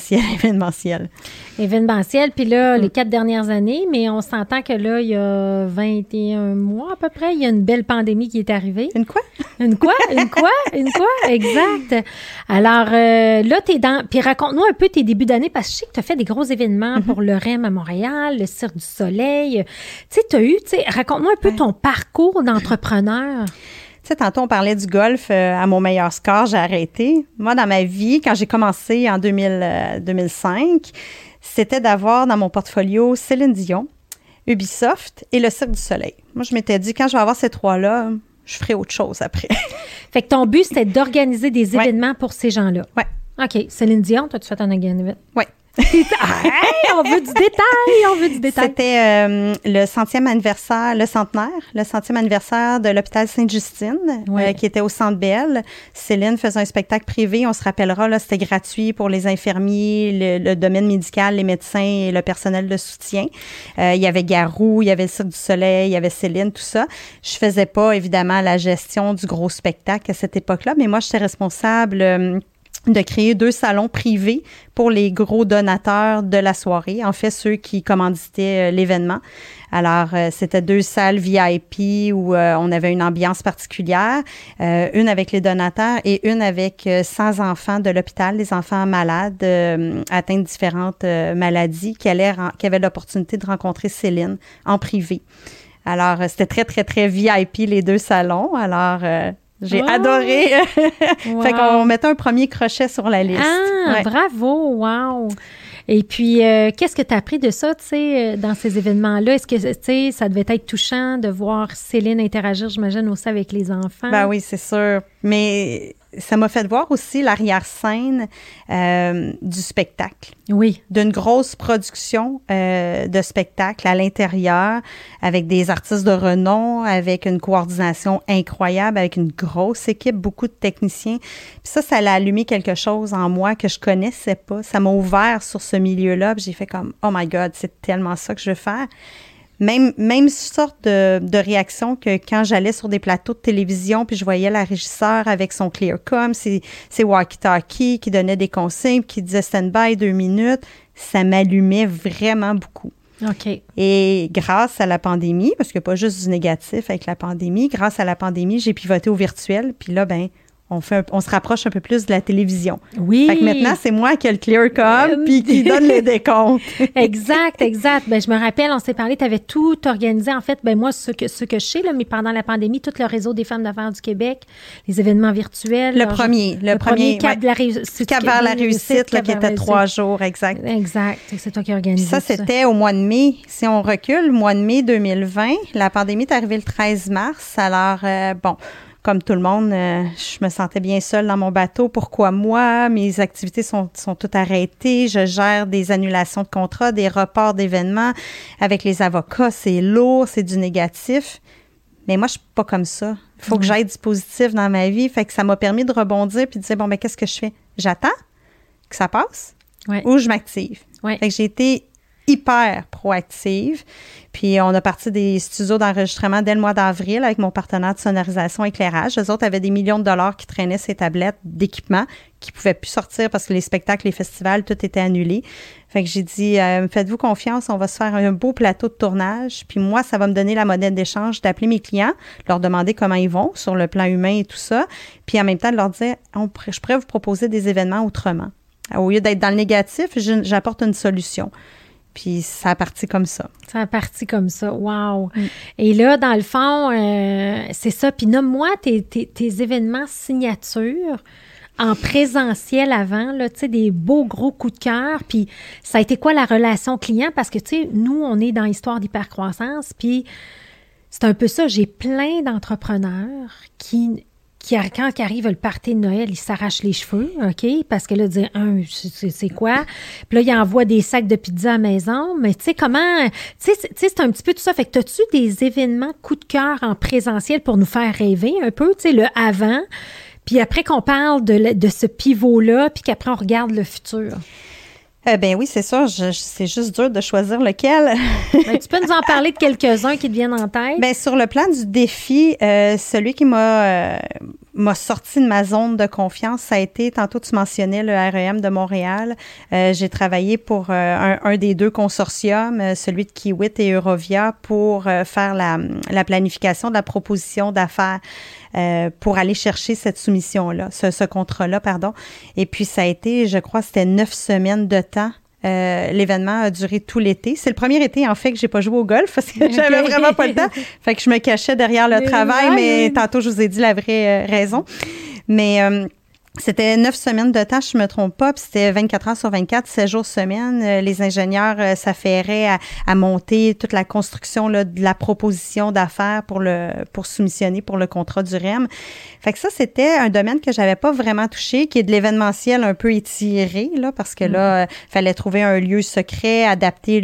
Speaker 3: Événementiel, puis là, les 4 dernières années, mais on s'entend que là, il y a 21 mois à peu près, il y a une belle pandémie qui est arrivée.
Speaker 2: Une quoi?
Speaker 3: Une quoi? Exact. Alors, là, t'es dans... Puis raconte-nous un peu tes débuts d'année, parce que je sais que tu as fait des gros événements pour le REM à Montréal, le Cirque du Soleil. Tu sais, raconte-moi un peu ton parcours d'entrepreneur.
Speaker 2: Tu sais, tantôt, on parlait du golf à mon meilleur score, j'ai arrêté. Moi, dans ma vie, quand j'ai commencé en 2005, c'était d'avoir dans mon portfolio Céline Dion, Ubisoft et le Cirque du Soleil. Moi, je m'étais dit, quand je vais avoir ces 3-là, je ferai autre chose après.
Speaker 3: Fait que ton but, c'était d'organiser des événements pour ces gens-là.
Speaker 2: Oui.
Speaker 3: OK. Céline Dion, t'as-tu fait un événement?
Speaker 2: Oui.
Speaker 3: On veut du détail,
Speaker 2: C'était le centenaire, le 100e anniversaire de l'hôpital Sainte-Justine, qui était au Centre Bell. Céline faisait un spectacle privé, on se rappellera, là, c'était gratuit pour les infirmiers, le domaine médical, les médecins et le personnel de soutien. Il y avait Garou, il y avait le Cirque du Soleil, il y avait Céline, tout ça. Je faisais pas, évidemment, la gestion du gros spectacle à cette époque-là, mais moi, j'étais responsable de créer 2 salons privés pour les gros donateurs de la soirée, en fait, ceux qui commanditaient l'événement. Alors, c'était 2 salles VIP où on avait une ambiance particulière, une avec les donateurs et une avec 100 enfants de l'hôpital, les enfants malades atteints de différentes maladies qui avaient l'opportunité de rencontrer Céline en privé. Alors, c'était très, très, très VIP, les 2 salons. Alors, j'ai adoré. Fait qu'on mettait un premier crochet sur la liste.
Speaker 3: Ah, bravo, wow! Et puis, qu'est-ce que tu as appris de ça, tu sais, dans ces événements-là? Est-ce que, tu sais, ça devait être touchant de voir Céline interagir, j'imagine, aussi avec les enfants?
Speaker 2: Ben oui, c'est sûr. Mais ça m'a fait voir aussi l'arrière-scène du spectacle.
Speaker 3: Oui.
Speaker 2: D'une grosse production de spectacle à l'intérieur, avec des artistes de renom, avec une coordination incroyable, avec une grosse équipe, beaucoup de techniciens. Puis ça a allumé quelque chose en moi que je connaissais pas. Ça m'a ouvert sur ce milieu-là. Puis j'ai fait comme, oh my God, c'est tellement ça que je veux faire. Même sorte de réaction que quand j'allais sur des plateaux de télévision puis je voyais la régisseur avec son Clearcom, ses walkie-talkie qui donnait des consignes, qui disait stand-by 2 minutes, ça m'allumait vraiment beaucoup.
Speaker 3: OK.
Speaker 2: Et grâce à la pandémie, parce qu'il n'y a pas juste du négatif avec la pandémie, grâce à la pandémie, j'ai pivoté au virtuel puis là, on se rapproche un peu plus de la télévision.
Speaker 3: Oui.
Speaker 2: Fait que maintenant, c'est moi qui ai le Clearcom puis qui donne les décomptes.
Speaker 3: Exact. Ben, je me rappelle, on s'est parlé, tu avais tout organisé. En fait, ben moi, ce que je sais, là, mais pendant la pandémie, tout le réseau des femmes d'affaires du Québec, les événements virtuels.
Speaker 2: Le premier
Speaker 3: Cap vers la réussite,
Speaker 2: là, qui était 3 jours, exact.
Speaker 3: Exact. C'est toi qui as organisé
Speaker 2: ça. C'était au mois de mai. Si on recule, mois de mai 2020, la pandémie est arrivée le 13 mars. Alors, comme tout le monde, je me sentais bien seule dans mon bateau. Pourquoi moi? Mes activités sont toutes arrêtées. Je gère des annulations de contrats, des reports d'événements. Avec les avocats, c'est lourd, c'est du négatif. Mais moi, je suis pas comme ça. Il faut que j'aille du positif dans ma vie. Fait que ça m'a permis de rebondir puis de dire, qu'est-ce que je fais? J'attends que ça passe ou je m'active.
Speaker 3: Ouais.
Speaker 2: Fait que j'ai été hyper proactive. Puis, on a parti des studios d'enregistrement dès le mois d'avril avec mon partenaire de sonorisation éclairage. Eux autres avaient des millions de dollars qui traînaient ces tablettes d'équipement qui ne pouvaient plus sortir parce que les spectacles, les festivals, tout était annulé. Fait que j'ai dit, faites-vous confiance, on va se faire un beau plateau de tournage. Puis moi, ça va me donner la monnaie d'échange d'appeler mes clients, leur demander comment ils vont sur le plan humain et tout ça. Puis en même temps, de leur dire, je pourrais vous proposer des événements autrement. Au lieu d'être dans le négatif, j'apporte une solution. Puis ça a parti comme ça.
Speaker 3: Ça a parti comme ça. Wow! Et là, dans le fond, c'est ça. Puis nomme-moi tes événements signatures en présentiel avant, là, tu sais, des beaux gros coups de cœur. Puis ça a été quoi la relation client? Parce que, tu sais, nous, on est dans l'histoire d'hypercroissance, puis c'est un peu ça. J'ai plein d'entrepreneurs qui quand ils arrivent le party de Noël, ils s'arrachent les cheveux, OK? Parce que là, dire, c'est quoi? Puis là, ils envoient des sacs de pizza à la maison. Mais tu sais, comment... Tu sais, c'est un petit peu tout ça. Fait que t'as-tu des événements coup de cœur en présentiel pour nous faire rêver un peu, tu sais, le avant, puis après qu'on parle de ce pivot-là, puis qu'après, on regarde le futur?
Speaker 2: Ben oui, c'est ça. C'est juste dur de choisir lequel.
Speaker 3: Ben, tu peux nous en parler de quelques-uns qui te viennent en tête?
Speaker 2: Ben sur le plan du défi, celui qui m'a sorti de ma zone de confiance, ça a été, tantôt tu mentionnais le REM de Montréal. J'ai travaillé pour un des deux consortiums, celui de Kiewit et Eurovia, pour faire la planification de la proposition d'affaires. Pour aller chercher cette soumission-là, ce contrat-là, pardon. Et puis, ça a été, je crois, c'était 9 semaines de temps. L'événement a duré tout l'été. C'est le premier été, en fait, que j'ai pas joué au golf parce que j'avais vraiment pas le temps. Fait que je me cachais derrière le travail, mais tantôt, je vous ai dit la vraie raison. Mais... c'était 9 semaines de temps, je me trompe pas, puis c'était 24 heures sur 24, 7 jours semaine. Les ingénieurs s'affairaient à monter toute la construction là, de la proposition d'affaires pour soumissionner pour le contrat du REM. Fait que ça, c'était un domaine que j'avais pas vraiment touché, qui est de l'événementiel un peu étiré, là, parce que là, fallait trouver un lieu secret, adapter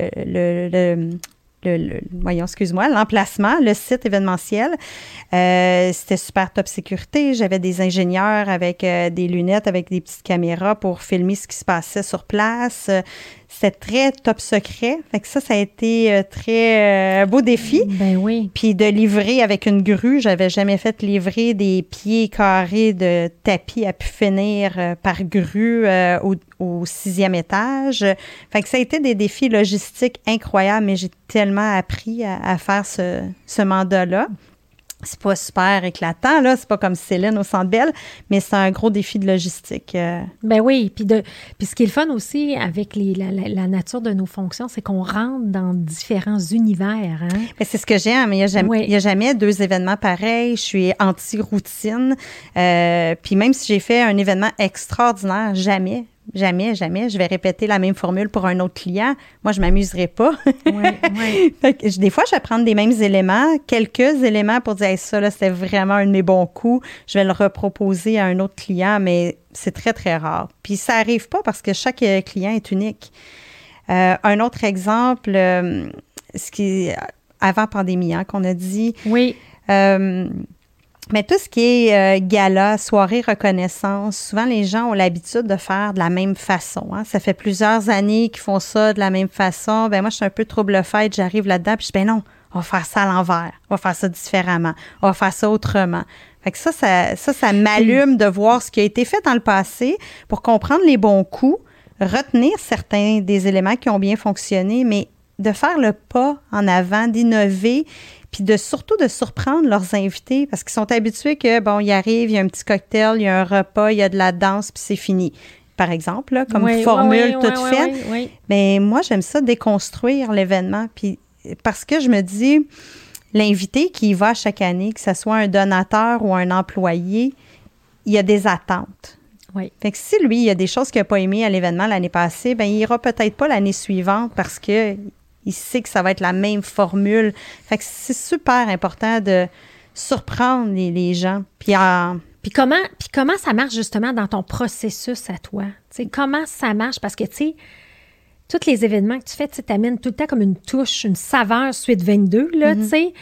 Speaker 2: l'emplacement, le site événementiel. C'était super top sécurité. J'avais des ingénieurs avec des lunettes, avec des petites caméras pour filmer ce qui se passait sur place. C'était très top secret. Fait que ça a été très beau défi.
Speaker 3: Ben oui.
Speaker 2: Puis de livrer avec une grue, j'avais jamais fait livrer des pieds carrés de tapis à pu finir par grue au 6e étage. Fait que ça a été des défis logistiques incroyables, mais j'ai tellement appris à faire ce mandat-là. C'est pas super éclatant, là. C'est pas comme Céline au Centre Bell, mais c'est un gros défi de logistique.
Speaker 3: Ben oui. Puis ce qui est le fun aussi avec la nature de nos fonctions, c'est qu'on rentre dans différents univers. Hein?
Speaker 2: Ben, c'est ce que j'aime. Il y a jamais 2 événements pareils. Je suis anti-routine. Puis même si j'ai fait un événement extraordinaire, jamais, je vais répéter la même formule pour un autre client. Moi, je m'amuserai pas.
Speaker 3: Oui.
Speaker 2: Fait que des fois, je vais prendre des mêmes éléments, quelques éléments pour dire hey, ça, là, c'était vraiment un de mes bons coups. Je vais le reproposer à un autre client, mais c'est très, très rare. Puis ça arrive pas parce que chaque client est unique. Un autre exemple, ce qui est avant pandémie, hein, qu'on a dit.
Speaker 3: Oui.
Speaker 2: Mais tout ce qui est gala, soirée reconnaissance, souvent les gens ont l'habitude de faire de la même façon. Hein. Ça fait plusieurs années qu'ils font ça de la même façon. Ben moi, je suis un peu trouble-fête, j'arrive là-dedans, puis je dis, ben non, on va faire ça à l'envers, on va faire ça différemment, on va faire ça autrement. Fait que ça m'allume de voir ce qui a été fait dans le passé pour comprendre les bons coups, retenir certains des éléments qui ont bien fonctionné, mais de faire le pas en avant, d'innover, puis surtout de surprendre leurs invités parce qu'ils sont habitués que, bon, ils arrivent, il y a un petit cocktail, il y a un repas, il y a de la danse, puis c'est fini. Par exemple, là, comme formule toute faite.
Speaker 3: Oui.
Speaker 2: Mais moi, j'aime ça déconstruire l'événement, puis parce que je me dis, l'invité qui y va chaque année, que ce soit un donateur ou un employé, il y a des attentes.
Speaker 3: Oui.
Speaker 2: Fait que si lui, il y a des choses qu'il n'a pas aimées à l'événement l'année passée, bien, il ira peut-être pas l'année suivante parce que il sait que ça va être la même formule. Fait que c'est super important de surprendre les gens. Puis
Speaker 3: comment ça marche justement dans ton processus à toi? T'sais, comment ça marche? Parce que, tu sais, tous les événements que tu fais, tu t'amènes tout le temps comme une touche, une saveur suite 22, là, tu sais.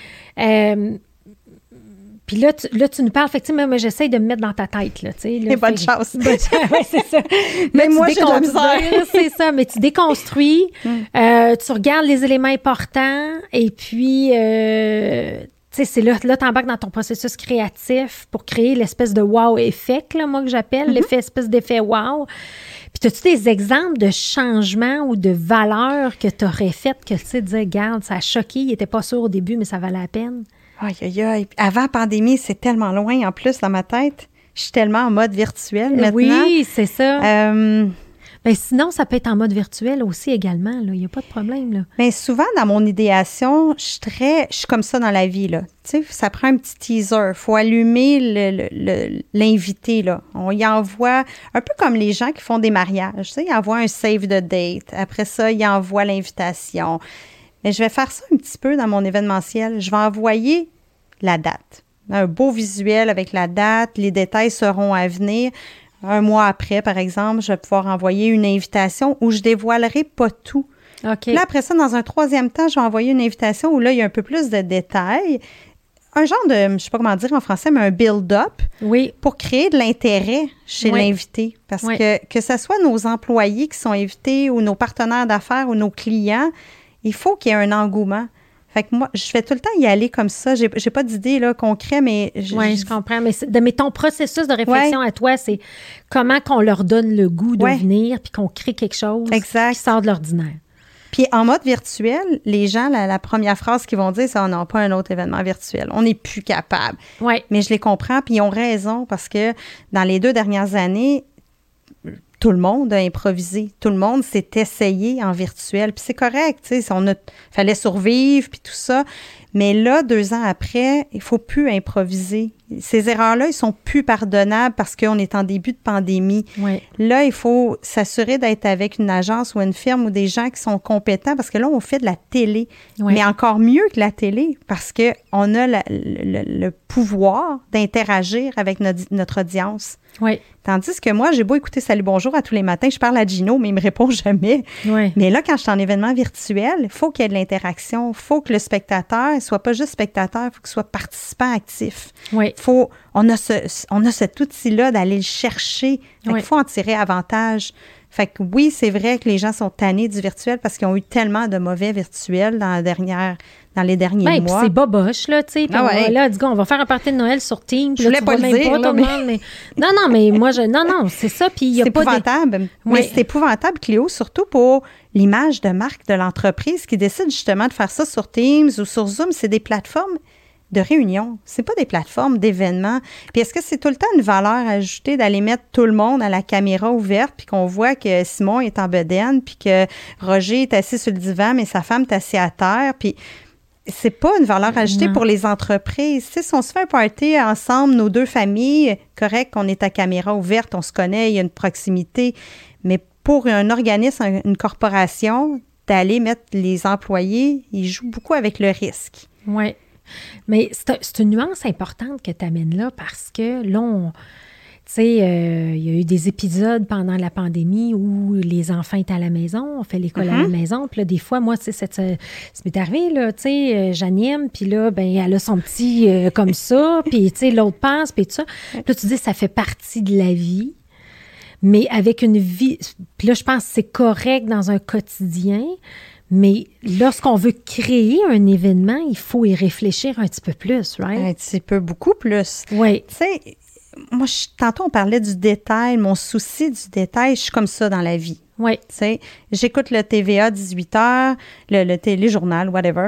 Speaker 3: Puis là, tu nous parles, effectivement, mais j'essaye de me mettre dans ta tête, là, tu sais.
Speaker 2: Et bonne chance.
Speaker 3: Oui, c'est ça.
Speaker 2: Mais moi, j'ai de la misère.
Speaker 3: C'est ça, mais tu déconstruis, tu regardes les éléments importants, et puis, tu sais, c'est là t'embarques dans ton processus créatif pour créer l'espèce de wow effect, là, moi, que j'appelle, espèce d'effet wow. Puis, as-tu des exemples de changements ou de valeurs que tu aurais faites que, tu sais, dire, regarde, ça a choqué, il n'était pas sûr au début, mais ça valait la peine?
Speaker 2: Aïe, aïe, aïe. Avant la pandémie, c'est tellement loin en plus dans ma tête. Je suis tellement en mode virtuel maintenant.
Speaker 3: Oui, c'est ça. Bien, sinon, ça peut être en mode virtuel aussi également. Il n'y a pas de problème. Là.
Speaker 2: Bien, souvent, dans mon idéation, je suis comme ça dans la vie. Là. Tu sais, ça prend un petit teaser. Il faut allumer l'invité. Là. On y envoie, un peu comme les gens qui font des mariages. Tu sais, ils envoient un save the date. Après ça, ils envoient l'invitation. Mais je vais faire ça un petit peu dans mon événementiel. Je vais envoyer la date. Un beau visuel avec la date. Les détails seront à venir. Un mois après, par exemple, je vais pouvoir envoyer une invitation où je dévoilerai pas tout.
Speaker 3: Okay.
Speaker 2: Là, après ça, dans un troisième temps, je vais envoyer une invitation où là, il y a un peu plus de détails. Un genre de, je ne sais pas comment dire en français, mais un build-up pour créer de l'intérêt chez l'invité. Parce que ce soit nos employés qui sont invités ou nos partenaires d'affaires ou nos clients, il faut qu'il y ait un engouement. Fait que moi, je vais tout le temps y aller comme ça. J'ai pas d'idée là, concrète, mais...
Speaker 3: je comprends. Mais ton processus de réflexion à toi, c'est comment qu'on leur donne le goût de venir puis qu'on crée quelque chose qui sort de l'ordinaire.
Speaker 2: Puis en mode virtuel, les gens, la première phrase qu'ils vont dire, c'est « On n'a pas un autre événement virtuel. On n'est plus capable. » Mais je les comprends, puis ils ont raison parce que dans les 2 dernières années, tout le monde a improvisé. Tout le monde s'est essayé en virtuel. Puis c'est correct, tu sais, fallait survivre, puis tout ça. Mais là, 2 ans après, il ne faut plus improviser. Ces erreurs-là, ils sont plus pardonnables parce qu'on est en début de pandémie. Là, il faut s'assurer d'être avec une agence ou une firme ou des gens qui sont compétents parce que là, on fait de la télé. Mais encore mieux que la télé parce qu'on a le pouvoir d'interagir avec notre audience. Tandis que moi, j'ai beau écouter Salut Bonjour à tous les matins, je parle à Gino, mais il me répond jamais. Mais là, quand je suis en événement virtuel, il faut qu'il y ait de l'interaction. Il faut que le spectateur ne soit pas juste spectateur, il faut qu'il soit participant actif. On a cet outil-là d'aller le chercher. Il faut en tirer avantage. Fait que oui, c'est vrai que les gens sont tannés du virtuel parce qu'ils ont eu tellement de mauvais virtuels dans les derniers mois.
Speaker 3: C'est boboche, là, tu sais. Là, on va faire un party de Noël sur Teams.
Speaker 2: Je voulais pas le dire,
Speaker 3: tout le monde, mais... Non, mais moi, non, c'est ça. Puis il y a
Speaker 2: c'est
Speaker 3: pas
Speaker 2: épouvantable. Mais c'est épouvantable, Cléo, surtout pour l'image de marque de l'entreprise qui décide justement de faire ça sur Teams ou sur Zoom. C'est des plateformes de réunion. C'est pas des plateformes d'événements. Puis est-ce que c'est tout le temps une valeur ajoutée d'aller mettre tout le monde à la caméra ouverte puis qu'on voit que Simon est en bedaine puis que Roger est assis sur le divan mais sa femme est assise à terre puis c'est pas une valeur ajoutée pour les entreprises. Tu sais, si on se fait un party ensemble, nos 2 familles, correct qu'on est à caméra ouverte, on se connaît, il y a une proximité, mais pour un organisme, une corporation, d'aller mettre les employés, ils jouent beaucoup avec le risque.
Speaker 3: Oui. Mais c'est une nuance importante que tu amènes là parce que là, tu sais, il y a eu des épisodes pendant la pandémie où les enfants étaient à la maison, on fait l'école à la maison. Puis là, des fois, moi, tu sais, ça m'est arrivé, là, tu sais, j'anime, puis là, ben elle a son petit comme ça, puis tu sais, l'autre passe, puis tout ça. Puis là, tu dis, ça fait partie de la vie. Mais avec une vie... Puis là, je pense que c'est correct dans un quotidien. Mais lorsqu'on veut créer un événement, il faut y réfléchir un petit peu plus, right?
Speaker 2: Un petit peu, beaucoup plus.
Speaker 3: Oui.
Speaker 2: Tu sais, moi, tantôt, on parlait du détail, mon souci du détail, je suis comme ça dans la vie.
Speaker 3: Oui.
Speaker 2: Tu sais, j'écoute le TVA 18h, le téléjournal, whatever,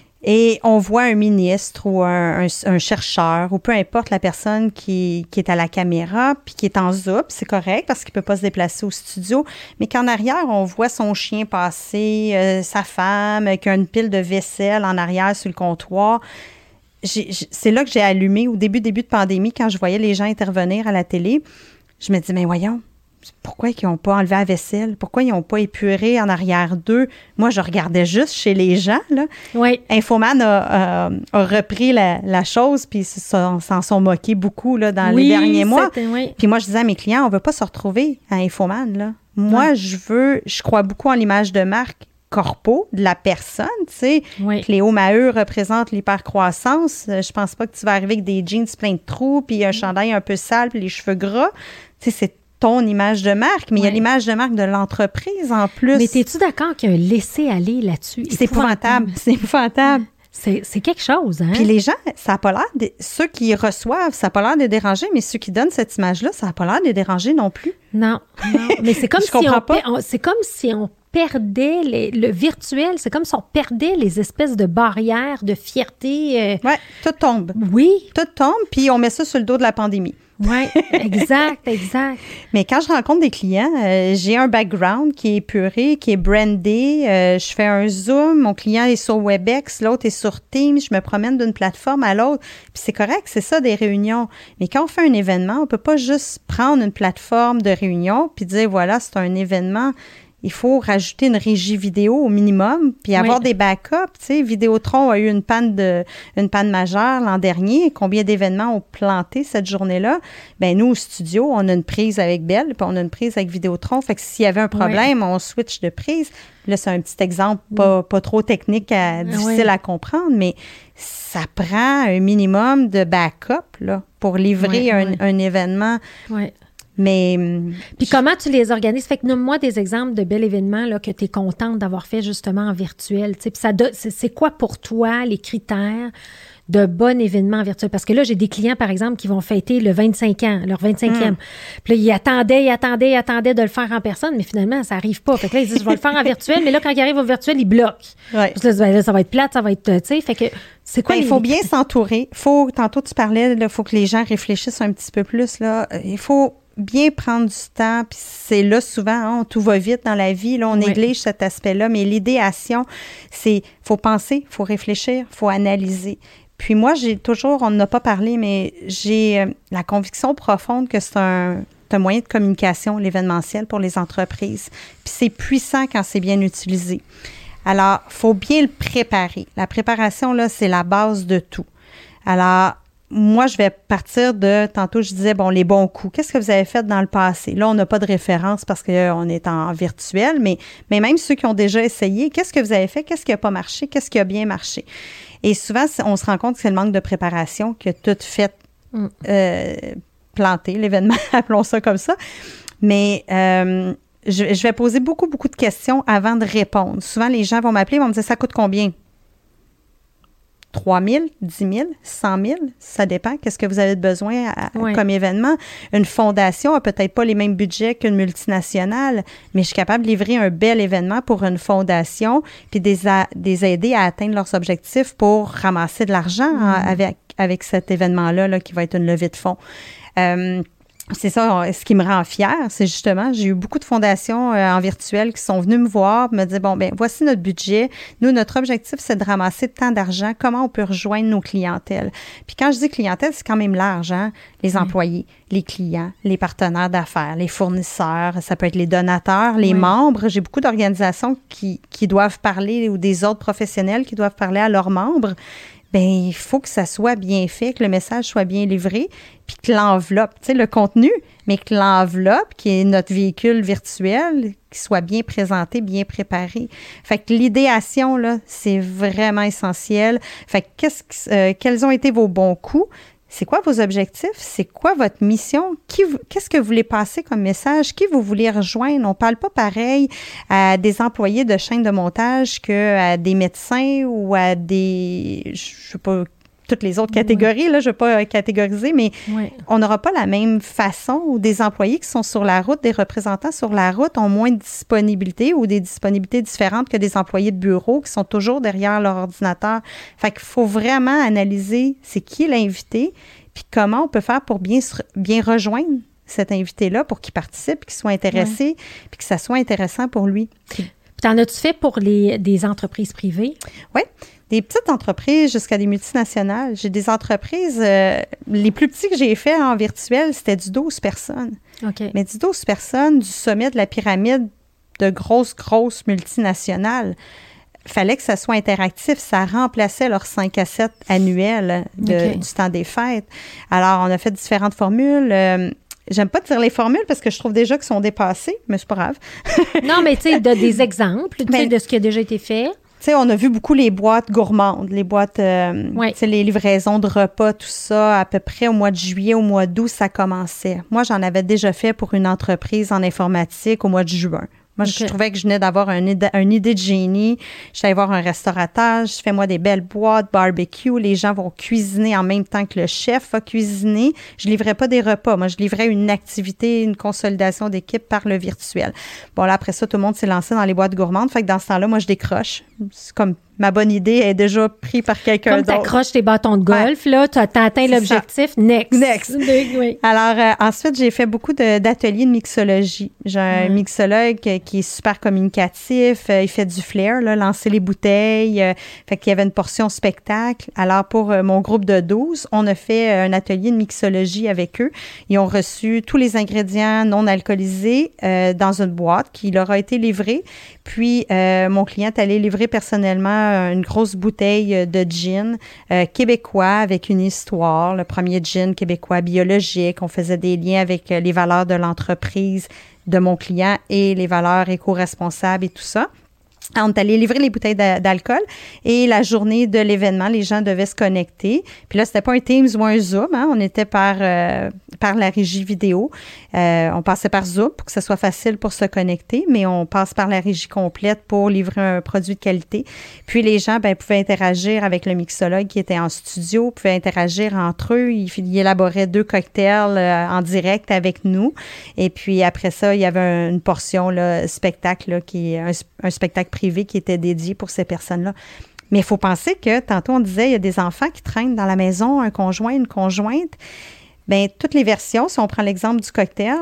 Speaker 2: et on voit un ministre ou un chercheur ou peu importe la personne qui est à la caméra puis qui est en Zoom, c'est correct parce qu'il ne peut pas se déplacer au studio, mais qu'en arrière, on voit son chien passer, sa femme qui a une pile de vaisselle en arrière sur le comptoir. C'est là que j'ai allumé au début de pandémie quand je voyais les gens intervenir à la télé. Je me dis, mais voyons, pourquoi ils n'ont pas enlevé la vaisselle? Pourquoi ils n'ont pas épuré en arrière d'eux? Moi, je regardais juste chez les gens. Là. Infoman a repris la chose, puis s'en sont moqués beaucoup là, dans les derniers mois. Puis moi, je disais à mes clients, on ne veut pas se retrouver à Infoman. Là. Moi, je crois beaucoup en l'image de marque corpo de la personne, tu sais. Cléo Maheu représente l'hypercroissance. Je pense pas que tu vas arriver avec des jeans pleins de trous, puis un chandail un peu sale, puis les cheveux gras. Tu sais, c'est ton image de marque, mais il y a l'image de marque de l'entreprise en plus.
Speaker 3: Mais es-tu d'accord qu'il y a un laisser-aller là-dessus?
Speaker 2: C'est épouvantable. C'est épouvantable.
Speaker 3: C'est quelque chose, hein?
Speaker 2: Puis les gens, ça n'a pas l'air ceux qui reçoivent, ça n'a pas l'air de déranger, mais ceux qui donnent cette image-là, ça n'a pas l'air de déranger non plus.
Speaker 3: Non. Mais c'est comme c'est comme si on perdait le virtuel, c'est comme si on perdait les espèces de barrières de fierté.
Speaker 2: Oui, tout tombe.
Speaker 3: Oui.
Speaker 2: Tout tombe, puis on met ça sur le dos de la pandémie.
Speaker 3: Oui, exact.
Speaker 2: Mais quand je rencontre des clients, j'ai un background qui est épuré, qui est brandé. Je fais un Zoom, mon client est sur Webex, l'autre est sur Teams, je me promène d'une plateforme à l'autre. Puis c'est correct, c'est ça des réunions. Mais quand on fait un événement, on peut pas juste prendre une plateforme de réunion puis dire, voilà, c'est un événement. Il faut rajouter une régie vidéo au minimum, puis avoir des backups. Tu sais, Vidéotron a eu une panne majeure l'an dernier. Combien d'événements ont planté cette journée-là? Ben nous, au studio, on a une prise avec Bell, puis on a une prise avec Vidéotron. Fait que s'il y avait un problème, on switch de prise. Là, c'est un petit exemple pas trop technique, difficile à comprendre, mais ça prend un minimum de backup là, pour livrer un événement.
Speaker 3: Oui.
Speaker 2: Mais
Speaker 3: puis comment tu les organises? Fait que nomme-moi des exemples de bels événements là, que tu es contente d'avoir fait justement en virtuel. Puis c'est quoi pour toi les critères de bon événement virtuel? Parce que là, j'ai des clients, par exemple, qui vont fêter le 25 ans, leur 25e. Puis là, ils attendaient de le faire en personne, mais finalement, ça n'arrive pas. Fait que là, ils disent, je vais le faire en virtuel, mais là, quand ils arrivent au virtuel, ils bloquent.
Speaker 2: Ouais.
Speaker 3: Puis là, ça va être plate, ça va être, tu sais, fait que c'est quoi?
Speaker 2: Il faut bien s'entourer. Tantôt, tu parlais, il faut que les gens réfléchissent un petit peu plus, là. Il faut bien prendre du temps, puis c'est là souvent, tout va vite dans la vie, là, on néglige cet aspect-là, mais l'idéation, c'est, faut penser, faut réfléchir, faut analyser. Puis moi, on n'en a pas parlé, mais j'ai la conviction profonde que c'est un moyen de communication, l'événementiel pour les entreprises. Puis c'est puissant quand c'est bien utilisé. Alors, il faut bien le préparer. La préparation, là, c'est la base de tout. Alors, moi, je vais partir tantôt, je disais, les bons coups. Qu'est-ce que vous avez fait dans le passé? Là, on n'a pas de référence parce qu'on est en virtuel, mais même ceux qui ont déjà essayé, qu'est-ce que vous avez fait? Qu'est-ce qui n'a pas marché? Qu'est-ce qui a bien marché? Et souvent, on se rend compte que c'est le manque de préparation qui a tout fait planter l'événement, appelons ça comme ça. Mais je vais poser beaucoup, beaucoup de questions avant de répondre. Souvent, les gens vont m'appeler, vont me dire, ça coûte combien? 3 000, 10 000, 100 000, ça dépend. Qu'est-ce que vous avez besoin comme événement? Une fondation n'a peut-être pas les mêmes budgets qu'une multinationale, mais je suis capable de livrer un bel événement pour une fondation puis des aider à atteindre leurs objectifs pour ramasser de l'argent avec cet événement-là là, qui va être une levée de fonds. C'est ça, ce qui me rend fière, c'est justement, j'ai eu beaucoup de fondations en virtuel qui sont venues me voir, me dire, voici notre budget. Nous, notre objectif, c'est de ramasser tant d'argent. Comment on peut rejoindre nos clientèles? Puis quand je dis clientèle, c'est quand même large, hein? Les employés, les clients, les partenaires d'affaires, les fournisseurs, ça peut être les donateurs, les membres. J'ai beaucoup d'organisations qui doivent parler ou des autres professionnels qui doivent parler à leurs membres. Il faut que ça soit bien fait, que le message soit bien livré, puis que l'enveloppe, tu sais, le contenu, mais que l'enveloppe, qui est notre véhicule virtuel, qui soit bien présenté, bien préparé. Fait que l'idéation, là, c'est vraiment essentiel. Fait que quels ont été vos bons coups? C'est quoi vos objectifs? C'est quoi votre mission? Qu'est-ce que vous voulez passer comme message? Qui vous voulez rejoindre? On ne parle pas pareil à des employés de chaîne de montage qu'à des médecins ou à des, je sais pas, toutes les autres catégories, là, je ne veux pas catégoriser, mais on n'aura pas la même façon où des employés qui sont sur la route, des représentants sur la route ont moins de disponibilité ou des disponibilités différentes que des employés de bureau qui sont toujours derrière leur ordinateur. Fait qu'il faut vraiment analyser c'est qui l'invité puis comment on peut faire pour bien rejoindre cet invité-là pour qu'il participe, qu'il soit intéressé puis que ça soit intéressant pour lui.
Speaker 3: Puis t'en as-tu fait pour des entreprises privées?
Speaker 2: Oui. Des petites entreprises jusqu'à des multinationales. J'ai des entreprises, les plus petits que j'ai fait en virtuel, c'était du 12 personnes.
Speaker 3: Okay.
Speaker 2: Mais du 12 personnes, du sommet de la pyramide de grosses multinationales, fallait que ça soit interactif. Ça remplaçait leurs 5 à 7 annuels du temps des fêtes. Alors, on a fait différentes formules. J'aime pas dire les formules parce que je trouve déjà qu'ils sont dépassés, mais c'est pas grave.
Speaker 3: Non, mais tu sais, des exemples de ce qui a déjà été fait.
Speaker 2: Tu sais, on a vu beaucoup les boîtes gourmandes, les boîtes, tu sais, les livraisons de repas, tout ça, à peu près au mois de juillet, au mois d'août, ça commençait. Moi, j'en avais déjà fait pour une entreprise en informatique au mois de juin. Moi, je trouvais que je venais d'avoir une idée de génie. Je suis allée voir un restaurateur, je fais moi des belles boîtes, barbecue. Les gens vont cuisiner en même temps que le chef va cuisiner. Je livrais pas des repas. Moi, je livrais une activité, une consolidation d'équipe par le virtuel. Bon, là, après ça, tout le monde s'est lancé dans les boîtes gourmandes. Fait que dans ce temps-là, moi, je décroche. C'est comme ma bonne idée est déjà prise par quelqu'un d'autre.
Speaker 3: Comme t'accroches tes bâtons de golf, là, t'as atteint l'objectif, next.
Speaker 2: Oui. Alors, ensuite, j'ai fait beaucoup d'ateliers de mixologie. J'ai un mixologue qui est super communicatif, il fait du flair, là, lancer les bouteilles, fait qu'il y avait une portion spectacle. Alors, pour mon groupe de 12, on a fait un atelier de mixologie avec eux. Ils ont reçu tous les ingrédients non alcoolisés dans une boîte qui leur a été livrée. Puis, mon client est allé livrer personnellement une grosse bouteille de gin québécois avec une histoire. Le premier gin québécois biologique. On faisait des liens avec les valeurs de l'entreprise de mon client et les valeurs éco-responsables et tout ça. On est allé livrer les bouteilles d'alcool et la journée de l'événement, les gens devaient se connecter. Puis là, c'était pas un Teams ou un Zoom, hein, on était par la régie vidéo. On passait par Zoom pour que ce soit facile pour se connecter, mais on passe par la régie complète pour livrer un produit de qualité. Puis les gens pouvaient interagir avec le mixologue qui était en studio, pouvaient interagir entre eux. Il élaborait 2 cocktails en direct avec nous. Et puis après ça, il y avait une portion là, spectacle là, qui est un spectacle privé qui était dédié pour ces personnes-là. Mais il faut penser que, tantôt on disait, il y a des enfants qui traînent dans la maison, un conjoint, une conjointe. Bien, toutes les versions, si on prend l'exemple du cocktail,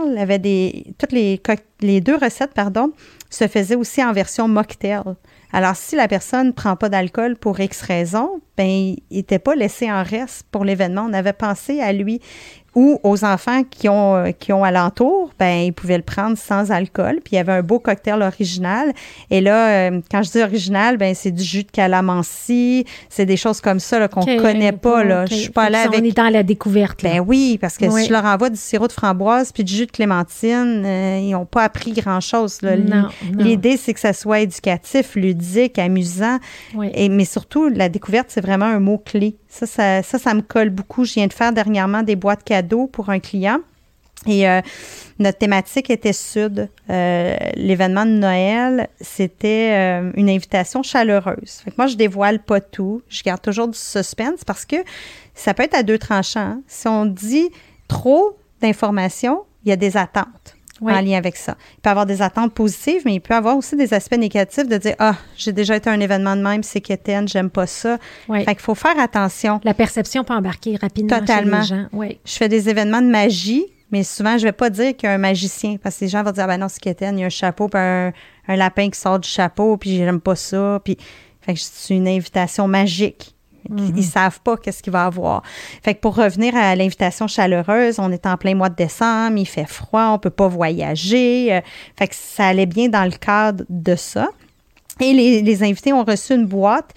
Speaker 2: les 2 recettes, se faisaient aussi en version mocktail. Alors, si la personne ne prend pas d'alcool pour X raison, il n'était pas laissé en reste pour l'événement. On avait pensé à lui ou aux enfants qui ont alentour, ils pouvaient le prendre sans alcool. Puis il y avait un beau cocktail original. Et là, quand je dis original, c'est du jus de calamansi, c'est des choses comme ça là, qu'on ne connaît pas. Là. Je suis pas allée avec...
Speaker 3: On est dans la découverte. Là.
Speaker 2: Oui, parce que si je leur envoie du sirop de framboise puis du jus de clémentine, ils n'ont pas appris grand-chose. Là.
Speaker 3: Non.
Speaker 2: L'idée, c'est que ça soit éducatif, ludique, amusant. Oui. Mais surtout, la découverte, c'est vraiment un mot-clé. Ça me colle beaucoup. Je viens de faire dernièrement des boîtes cadeaux pour un client. Et notre thématique était Sud. L'événement de Noël, c'était une invitation chaleureuse. Fait que moi, je dévoile pas tout. Je garde toujours du suspense parce que ça peut être à 2 tranchants. Hein. Si on dit trop d'informations, il y a des attentes. Oui. En lien avec ça. Il peut y avoir des attentes positives, mais il peut y avoir aussi des aspects négatifs de dire « Ah, j'ai déjà été à un événement de même, c'est quétaine, j'aime pas ça. Oui. » Fait qu'il faut faire attention.
Speaker 3: La perception peut embarquer rapidement
Speaker 2: Totalement.
Speaker 3: Chez les gens. Oui.
Speaker 2: Je fais des événements de magie, mais souvent, je vais pas dire qu'il y a un magicien, parce que les gens vont dire « Ah ben non, c'est quétaine, il y a un chapeau, puis un lapin qui sort du chapeau, puis j'aime pas ça. » Puis, fait que c'est une invitation magique. Ils ne savent pas qu'est-ce qu'il va avoir. Fait que pour revenir à l'invitation chaleureuse, on est en plein mois de décembre, il fait froid, on ne peut pas voyager. Fait que ça allait bien dans le cadre de ça. Et les invités ont reçu une boîte.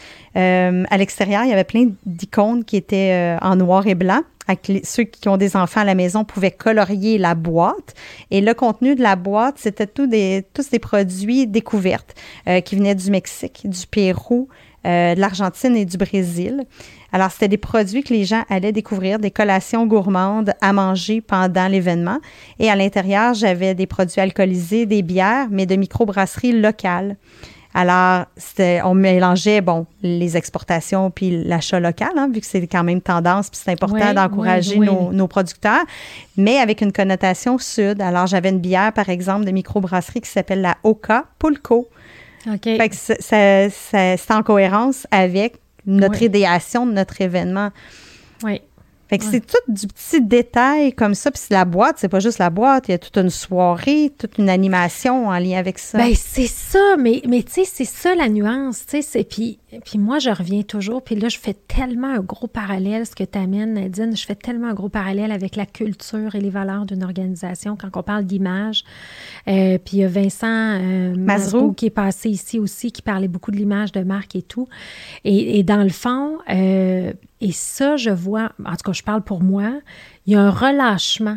Speaker 2: À l'extérieur, il y avait plein d'icônes qui étaient en noir et blanc. Ceux qui ont des enfants à la maison pouvaient colorier la boîte. Et le contenu de la boîte, c'était tous des produits découvertes qui venaient du Mexique, du Pérou, de l'Argentine et du Brésil. Alors, c'était des produits que les gens allaient découvrir, des collations gourmandes à manger pendant l'événement. Et à l'intérieur, j'avais des produits alcoolisés, des bières, mais de microbrasseries locales. Alors, on mélangeait, les exportations puis l'achat local, hein, vu que c'est quand même tendance, puis c'est important d'encourager nos producteurs, mais avec une connotation sud. Alors, j'avais une bière, par exemple, de microbrasserie qui s'appelle la Oka Pulco. OK. Fait que c'est en cohérence avec notre idéation de notre événement. Oui. Fait que c'est tout du petit détail comme ça. Puis la boîte, c'est pas juste la boîte. Il y a toute une soirée, toute une animation en lien avec ça.
Speaker 3: Bien, c'est ça. Mais tu sais, c'est ça la nuance. Tu sais, puis moi, je reviens toujours. Puis là, je fais tellement un gros parallèle, ce que tu amènes, Nadine. Je fais tellement un gros parallèle avec la culture et les valeurs d'une organisation quand on parle d'image. Puis il y a Vincent Masroux qui est passé ici aussi, qui parlait beaucoup de l'image de marque et tout. Et dans le fond... Et ça, je vois, en tout cas, je parle pour moi, il y a un relâchement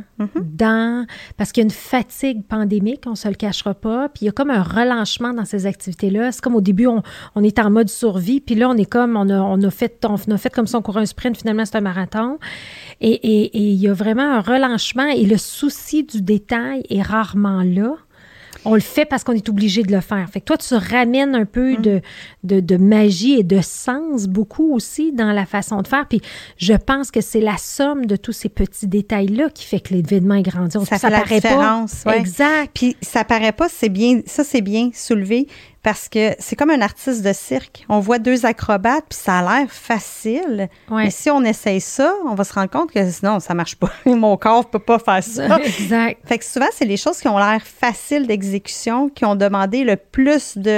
Speaker 3: parce qu'il y a une fatigue pandémique, on ne se le cachera pas, puis il y a comme un relâchement dans ces activités-là. C'est comme au début, on est en mode survie, puis là, on est comme, on a fait comme si on courait un sprint, finalement, c'est un marathon. Et il y a vraiment un relâchement et le souci du détail est rarement là. On le fait parce qu'on est obligé de le faire. Fait que toi, tu ramènes un peu de magie et de sens beaucoup aussi dans la façon de faire. Puis je pense que c'est la somme de tous ces petits détails-là qui fait que l'événement est grandiose.
Speaker 2: Ça fait la différence.
Speaker 3: Ouais. Exact.
Speaker 2: Puis ça paraît pas, c'est bien soulevé parce que c'est comme un artiste de cirque. On voit deux acrobates, puis ça a l'air facile.
Speaker 3: Ouais.
Speaker 2: Mais si on essaye ça, on va se rendre compte que sinon, ça marche pas. Mon corps peut pas faire ça.
Speaker 3: Exact.
Speaker 2: Fait que souvent, c'est les choses qui ont l'air faciles d'exécution, qui ont demandé le plus de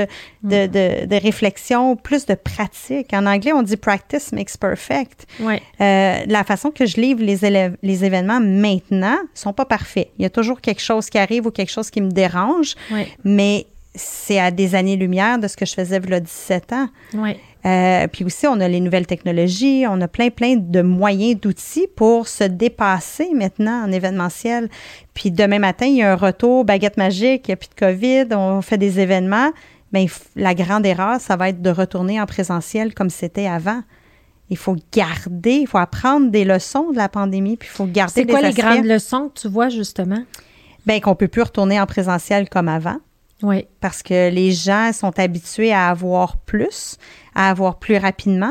Speaker 2: réflexion, plus de pratique. En anglais, on dit « practice makes perfect ».
Speaker 3: Ouais.
Speaker 2: La façon que je livre les événements maintenant sont pas parfaits. Il y a toujours quelque chose qui arrive ou quelque chose qui me dérange, mais c'est à des années-lumière de ce que je faisais il y a 17 ans.
Speaker 3: Ouais.
Speaker 2: Puis aussi, on a les nouvelles technologies, on a plein de moyens, d'outils pour se dépasser maintenant en événementiel. Puis demain matin, il y a un retour, baguette magique, il n'y a plus de COVID, on fait des événements. Bien, la grande erreur, ça va être de retourner en présentiel comme c'était avant. Il faut apprendre des leçons de la pandémie, puis il faut garder des aspects.
Speaker 3: C'est quoi les grandes leçons que tu vois, justement?
Speaker 2: Bien, qu'on ne peut plus retourner en présentiel comme avant.
Speaker 3: Oui.
Speaker 2: Parce que les gens sont habitués à avoir plus rapidement,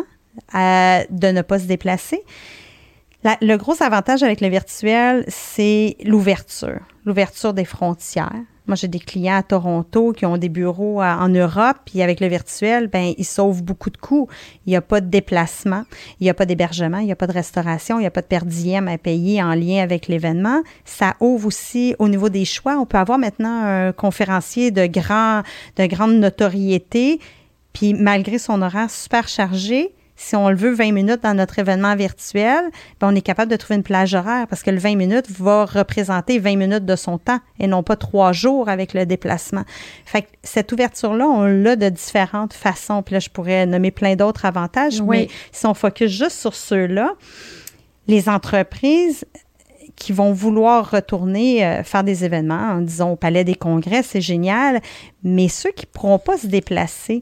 Speaker 2: de ne pas se déplacer. Le gros avantage avec le virtuel, c'est l'ouverture des frontières. Moi, j'ai des clients à Toronto qui ont des bureaux en Europe, puis avec le virtuel, bien, ils sauvent beaucoup de coûts. Il n'y a pas de déplacement, il n'y a pas d'hébergement, il n'y a pas de restauration, il n'y a pas de per diem à payer en lien avec l'événement. Ça ouvre aussi au niveau des choix. On peut avoir maintenant un conférencier de grande notoriété, puis malgré son horaire super chargé, si on le veut 20 minutes dans notre événement virtuel, bien, on est capable de trouver une plage horaire parce que le 20 minutes va représenter 20 minutes de son temps et non pas 3 jours avec le déplacement. Fait que cette ouverture-là, on l'a de différentes façons. Puis là, je pourrais nommer plein d'autres avantages, mais si on focus juste sur ceux-là, les entreprises qui vont vouloir retourner faire des événements, disons au Palais des Congrès, c'est génial, mais ceux qui ne pourront pas se déplacer,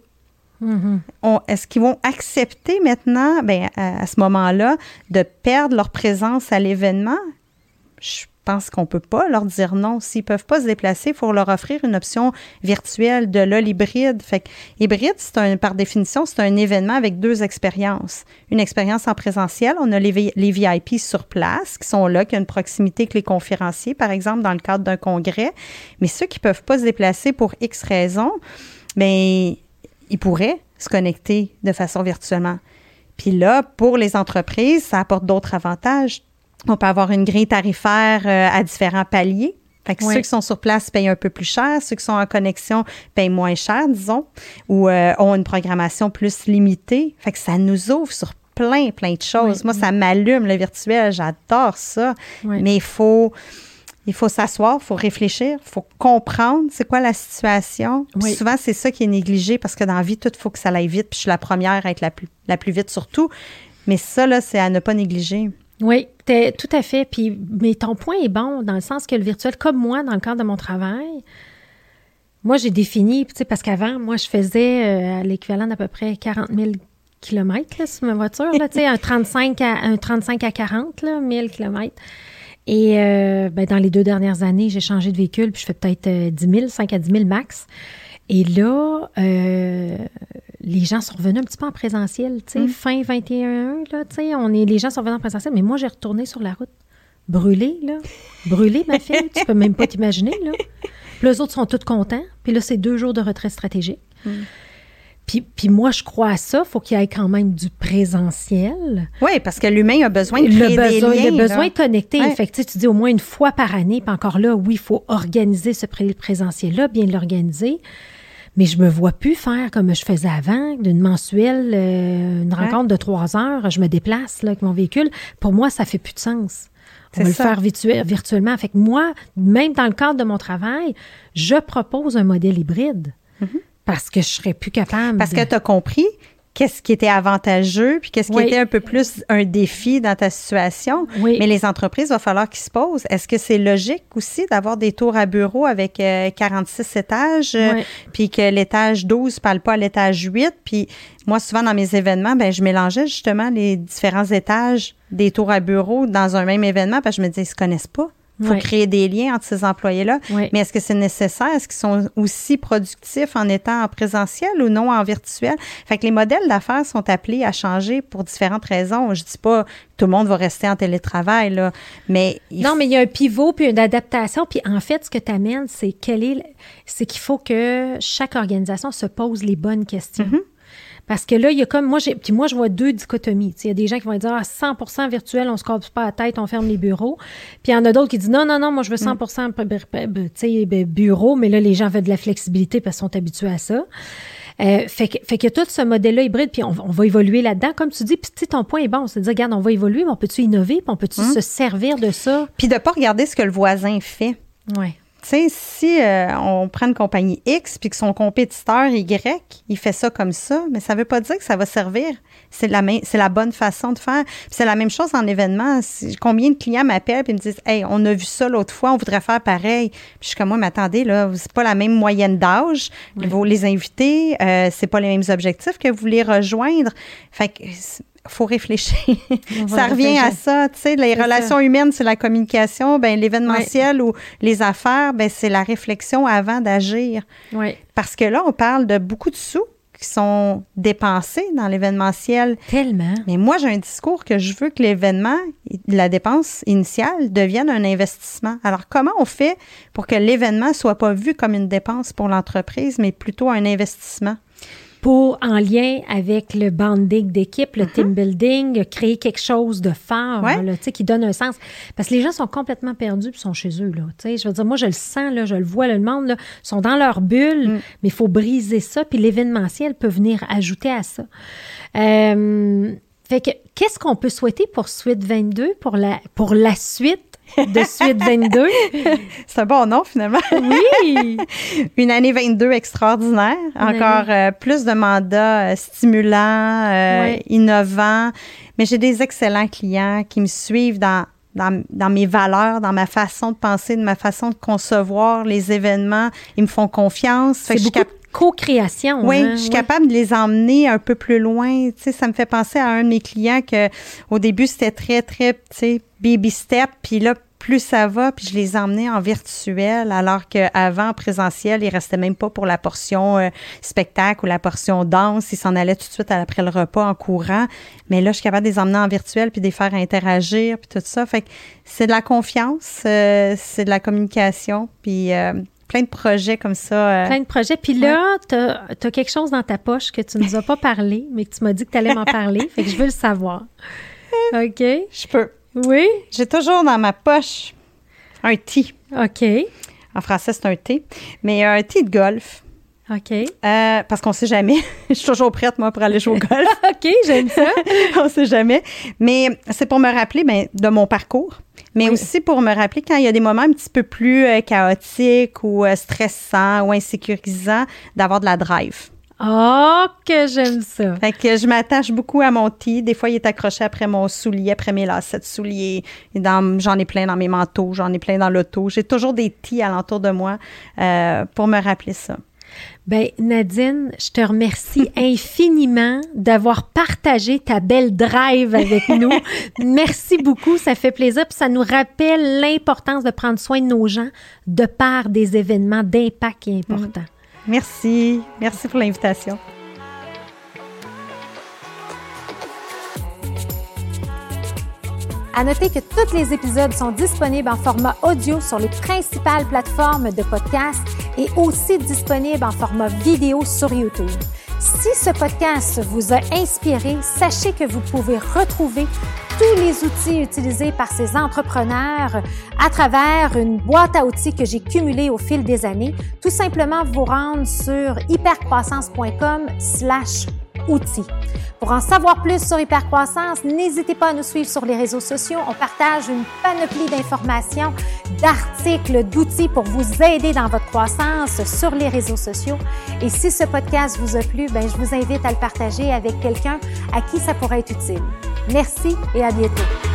Speaker 2: est-ce qu'ils vont accepter maintenant, bien, à ce moment-là, de perdre leur présence à l'événement? Je pense qu'on ne peut pas leur dire non. S'ils ne peuvent pas se déplacer, il faut leur offrir une option virtuelle, de là l'hybride. Fait que hybride, par définition, c'est un événement avec 2 expériences. Une expérience en présentiel, on a les VIP sur place qui sont là, qui ont une proximité avec les conférenciers, par exemple, dans le cadre d'un congrès. Mais ceux qui ne peuvent pas se déplacer pour X raisons, bien, ils pourraient se connecter de façon virtuellement. Puis là, pour les entreprises, ça apporte d'autres avantages. On peut avoir une grille tarifaire à différents paliers. Fait que ceux qui sont sur place payent un peu plus cher, ceux qui sont en connexion payent moins cher, disons, ou ont une programmation plus limitée. Fait que ça nous ouvre sur plein de choses. Moi, ça m'allume, le virtuel, j'adore ça. Mais il faut s'asseoir, il faut réfléchir, il faut comprendre c'est quoi la situation. Puis souvent, c'est ça qui est négligé parce que dans la vie, tout, il faut que ça aille vite. Puis je suis la première à être la plus vite surtout. Mais ça, là, c'est à ne pas négliger.
Speaker 3: Oui, tout à fait. Puis, mais ton point est bon dans le sens que le virtuel, comme moi, dans le cadre de mon travail, moi, j'ai défini, tu sais, parce qu'avant, moi, je faisais l'équivalent d'à peu près 40 000 kilomètres là, sur ma voiture, là, tu sais, un 35 à 40 là, 1000 kilomètres. Et dans les 2 dernières années, j'ai changé de véhicule, puis je fais peut-être 10 000, 5 à 10 000 max. Et là, les gens sont revenus un petit peu en présentiel, tu sais, fin 21, là, tu sais, les gens sont revenus en présentiel, mais moi, j'ai retourné sur la route. Brûlée, ma fille, tu peux même pas t'imaginer, là. Puis les autres sont tous contents, puis là, c'est 2 jours de retrait stratégique. Puis moi, je crois à ça. Il faut qu'il y ait quand même du présentiel.
Speaker 2: Oui, parce que l'humain a besoin de créer des liens.
Speaker 3: Il a besoin de connecter. Fait que, tu dis au moins une fois par année. Puis encore là, oui, il faut organiser ce présentiel-là, bien l'organiser. Mais je me vois plus faire comme je faisais avant, d'une mensuelle, une rencontre de 3 heures. Je me déplace là, avec mon véhicule. Pour moi, ça fait plus de sens. On va le faire virtuellement. Fait que moi, même dans le cadre de mon travail, je propose un modèle hybride. Parce que je serais plus capable.
Speaker 2: Parce que tu as compris qu'est-ce qui était avantageux puis qu'est-ce qui était un peu plus un défi dans ta situation. Mais les entreprises, il va falloir qu'ils se posent. Est-ce que c'est logique aussi d'avoir des tours à bureau avec 46 étages puis que l'étage 12 ne parle pas à l'étage 8? Puis moi, souvent dans mes événements, je mélangeais justement les différents étages des tours à bureau dans un même événement parce que je me disais, ils ne se connaissent pas. Il faut créer des liens entre ces employés-là.
Speaker 3: Oui.
Speaker 2: Mais est-ce que c'est nécessaire? Est-ce qu'ils sont aussi productifs en étant en présentiel ou non en virtuel? Fait que les modèles d'affaires sont appelés à changer pour différentes raisons. Je dis pas que tout le monde va rester en télétravail, là, mais...
Speaker 3: Non, mais il y a un pivot puis une adaptation. Puis en fait, ce que tu amènes, c'est qu'il faut que chaque organisation se pose les bonnes questions.
Speaker 2: Mm-hmm.
Speaker 3: Parce que là, il y a comme... Moi, je vois deux dichotomies. Il y a des gens qui vont dire 100% virtuel, on ne se casse pas la tête, on ferme les bureaux. Puis il y en a d'autres qui disent non, moi, je veux 100% bureau, mais là, les gens veulent de la flexibilité parce qu'ils sont habitués à ça. Fait que tout ce modèle-là hybride, puis on va évoluer là-dedans, comme tu dis, puis ton point est bon, c'est de dire, regarde, on va évoluer, mais on peut-tu innover, puis on peut-tu se servir de ça?
Speaker 2: Puis de ne pas regarder ce que le voisin fait.
Speaker 3: Oui.
Speaker 2: Tu sais, si on prend une compagnie X puis que son compétiteur Y, il fait ça comme ça, mais ça ne veut pas dire que ça va servir. C'est la bonne façon de faire. Puis c'est la même chose en événement. Combien de clients m'appellent et me disent « Hey, on a vu ça l'autre fois, on voudrait faire pareil. » Puis je suis comme « Moi, mais attendez, là, c'est pas la même moyenne d'âge.
Speaker 3: Oui.
Speaker 2: Vous les inviter, c'est pas les mêmes objectifs que vous voulez rejoindre. » Fait que... faut réfléchir. Ça revient à ça, tu sais, les relations humaines, c'est la communication, ben l'événementiel ou les affaires, ben c'est la réflexion avant d'agir.
Speaker 3: Oui.
Speaker 2: Parce que là, on parle de beaucoup de sous qui sont dépensés dans l'événementiel.
Speaker 3: Tellement.
Speaker 2: Mais moi, j'ai un discours que je veux que l'événement, la dépense initiale, devienne un investissement. Alors, comment on fait pour que l'événement soit pas vu comme une dépense pour l'entreprise, mais plutôt un investissement?
Speaker 3: En lien avec le bonding d'équipe, le team building, créer quelque chose de fort, là, qui donne un sens. Parce que les gens sont complètement perdus et sont chez eux. Là, je veux dire, moi, je le sens, là, je le vois, là, le monde, là, sont dans leur bulle, mais il faut briser ça. Puis l'événementiel peut venir ajouter à ça. Fait que, qu'est-ce qu'on peut souhaiter pour Suite 22, pour la suite de Suite 22?
Speaker 2: C'est un bon nom, finalement.
Speaker 3: Oui!
Speaker 2: Une année 22 extraordinaire. Encore plus de mandats stimulants, innovants. Mais j'ai des excellents clients qui me suivent dans mes valeurs, dans ma façon de penser, de ma façon de concevoir les événements. Ils me font confiance.
Speaker 3: C'est beaucoup de co-création.
Speaker 2: Oui, je suis capable de les emmener un peu plus loin. Tu sais, ça me fait penser à un de mes clients que au début, c'était très, très, tu sais, baby step. Puis là, plus ça va, puis je les emmenais en virtuel, alors qu'avant, en présentiel, ils restaient même pas pour la portion spectacle ou la portion danse. Ils s'en allaient tout de suite après le repas en courant. Mais là, je suis capable de les emmener en virtuel puis de les faire interagir puis tout ça. Fait que c'est de la confiance, c'est de la communication, puis plein de projets comme ça.
Speaker 3: Plein de projets. Puis là, t'as quelque chose dans ta poche que tu nous as pas parlé, mais que tu m'as dit que tu allais m'en parler. Fait que je veux le savoir. OK? Je
Speaker 2: peux.
Speaker 3: Oui? J'ai
Speaker 2: toujours dans ma poche un tee.
Speaker 3: OK.
Speaker 2: En français, c'est un thé. Mais un tee de golf.
Speaker 3: OK.
Speaker 2: Parce qu'on ne sait jamais. Je suis toujours prête, moi, pour aller jouer au golf.
Speaker 3: OK, j'aime ça.
Speaker 2: On ne sait jamais. Mais c'est pour me rappeler de mon parcours. Mais aussi pour me rappeler quand il y a des moments un petit peu plus chaotiques ou stressants ou insécurisants, d'avoir de la drive.
Speaker 3: Oh, que j'aime ça!
Speaker 2: Fait que je m'attache beaucoup à mon tee. Des fois, il est accroché après mon soulier, après mes lacets de souliers. J'en ai plein dans mes manteaux, j'en ai plein dans l'auto. J'ai toujours des tees alentour de moi pour me rappeler ça.
Speaker 3: Bien, Nadine, je te remercie infiniment d'avoir partagé ta belle drive avec nous. Merci beaucoup, ça fait plaisir. Puis ça nous rappelle l'importance de prendre soin de nos gens de par des événements d'impact qui est important.
Speaker 2: Merci. Merci pour l'invitation.
Speaker 1: À noter que tous les épisodes sont disponibles en format audio sur les principales plateformes de podcast et aussi disponibles en format vidéo sur YouTube. Si ce podcast vous a inspiré, sachez que vous pouvez retrouver tous les outils utilisés par ces entrepreneurs à travers une boîte à outils que j'ai cumulée au fil des années. Tout simplement vous rendre sur hypercroissance.com/outils. Pour en savoir plus sur Hypercroissance, n'hésitez pas à nous suivre sur les réseaux sociaux. On partage une panoplie d'informations, d'articles, d'outils pour vous aider dans votre croissance sur les réseaux sociaux. Et si ce podcast vous a plu, je vous invite à le partager avec quelqu'un à qui ça pourrait être utile. Merci et à bientôt.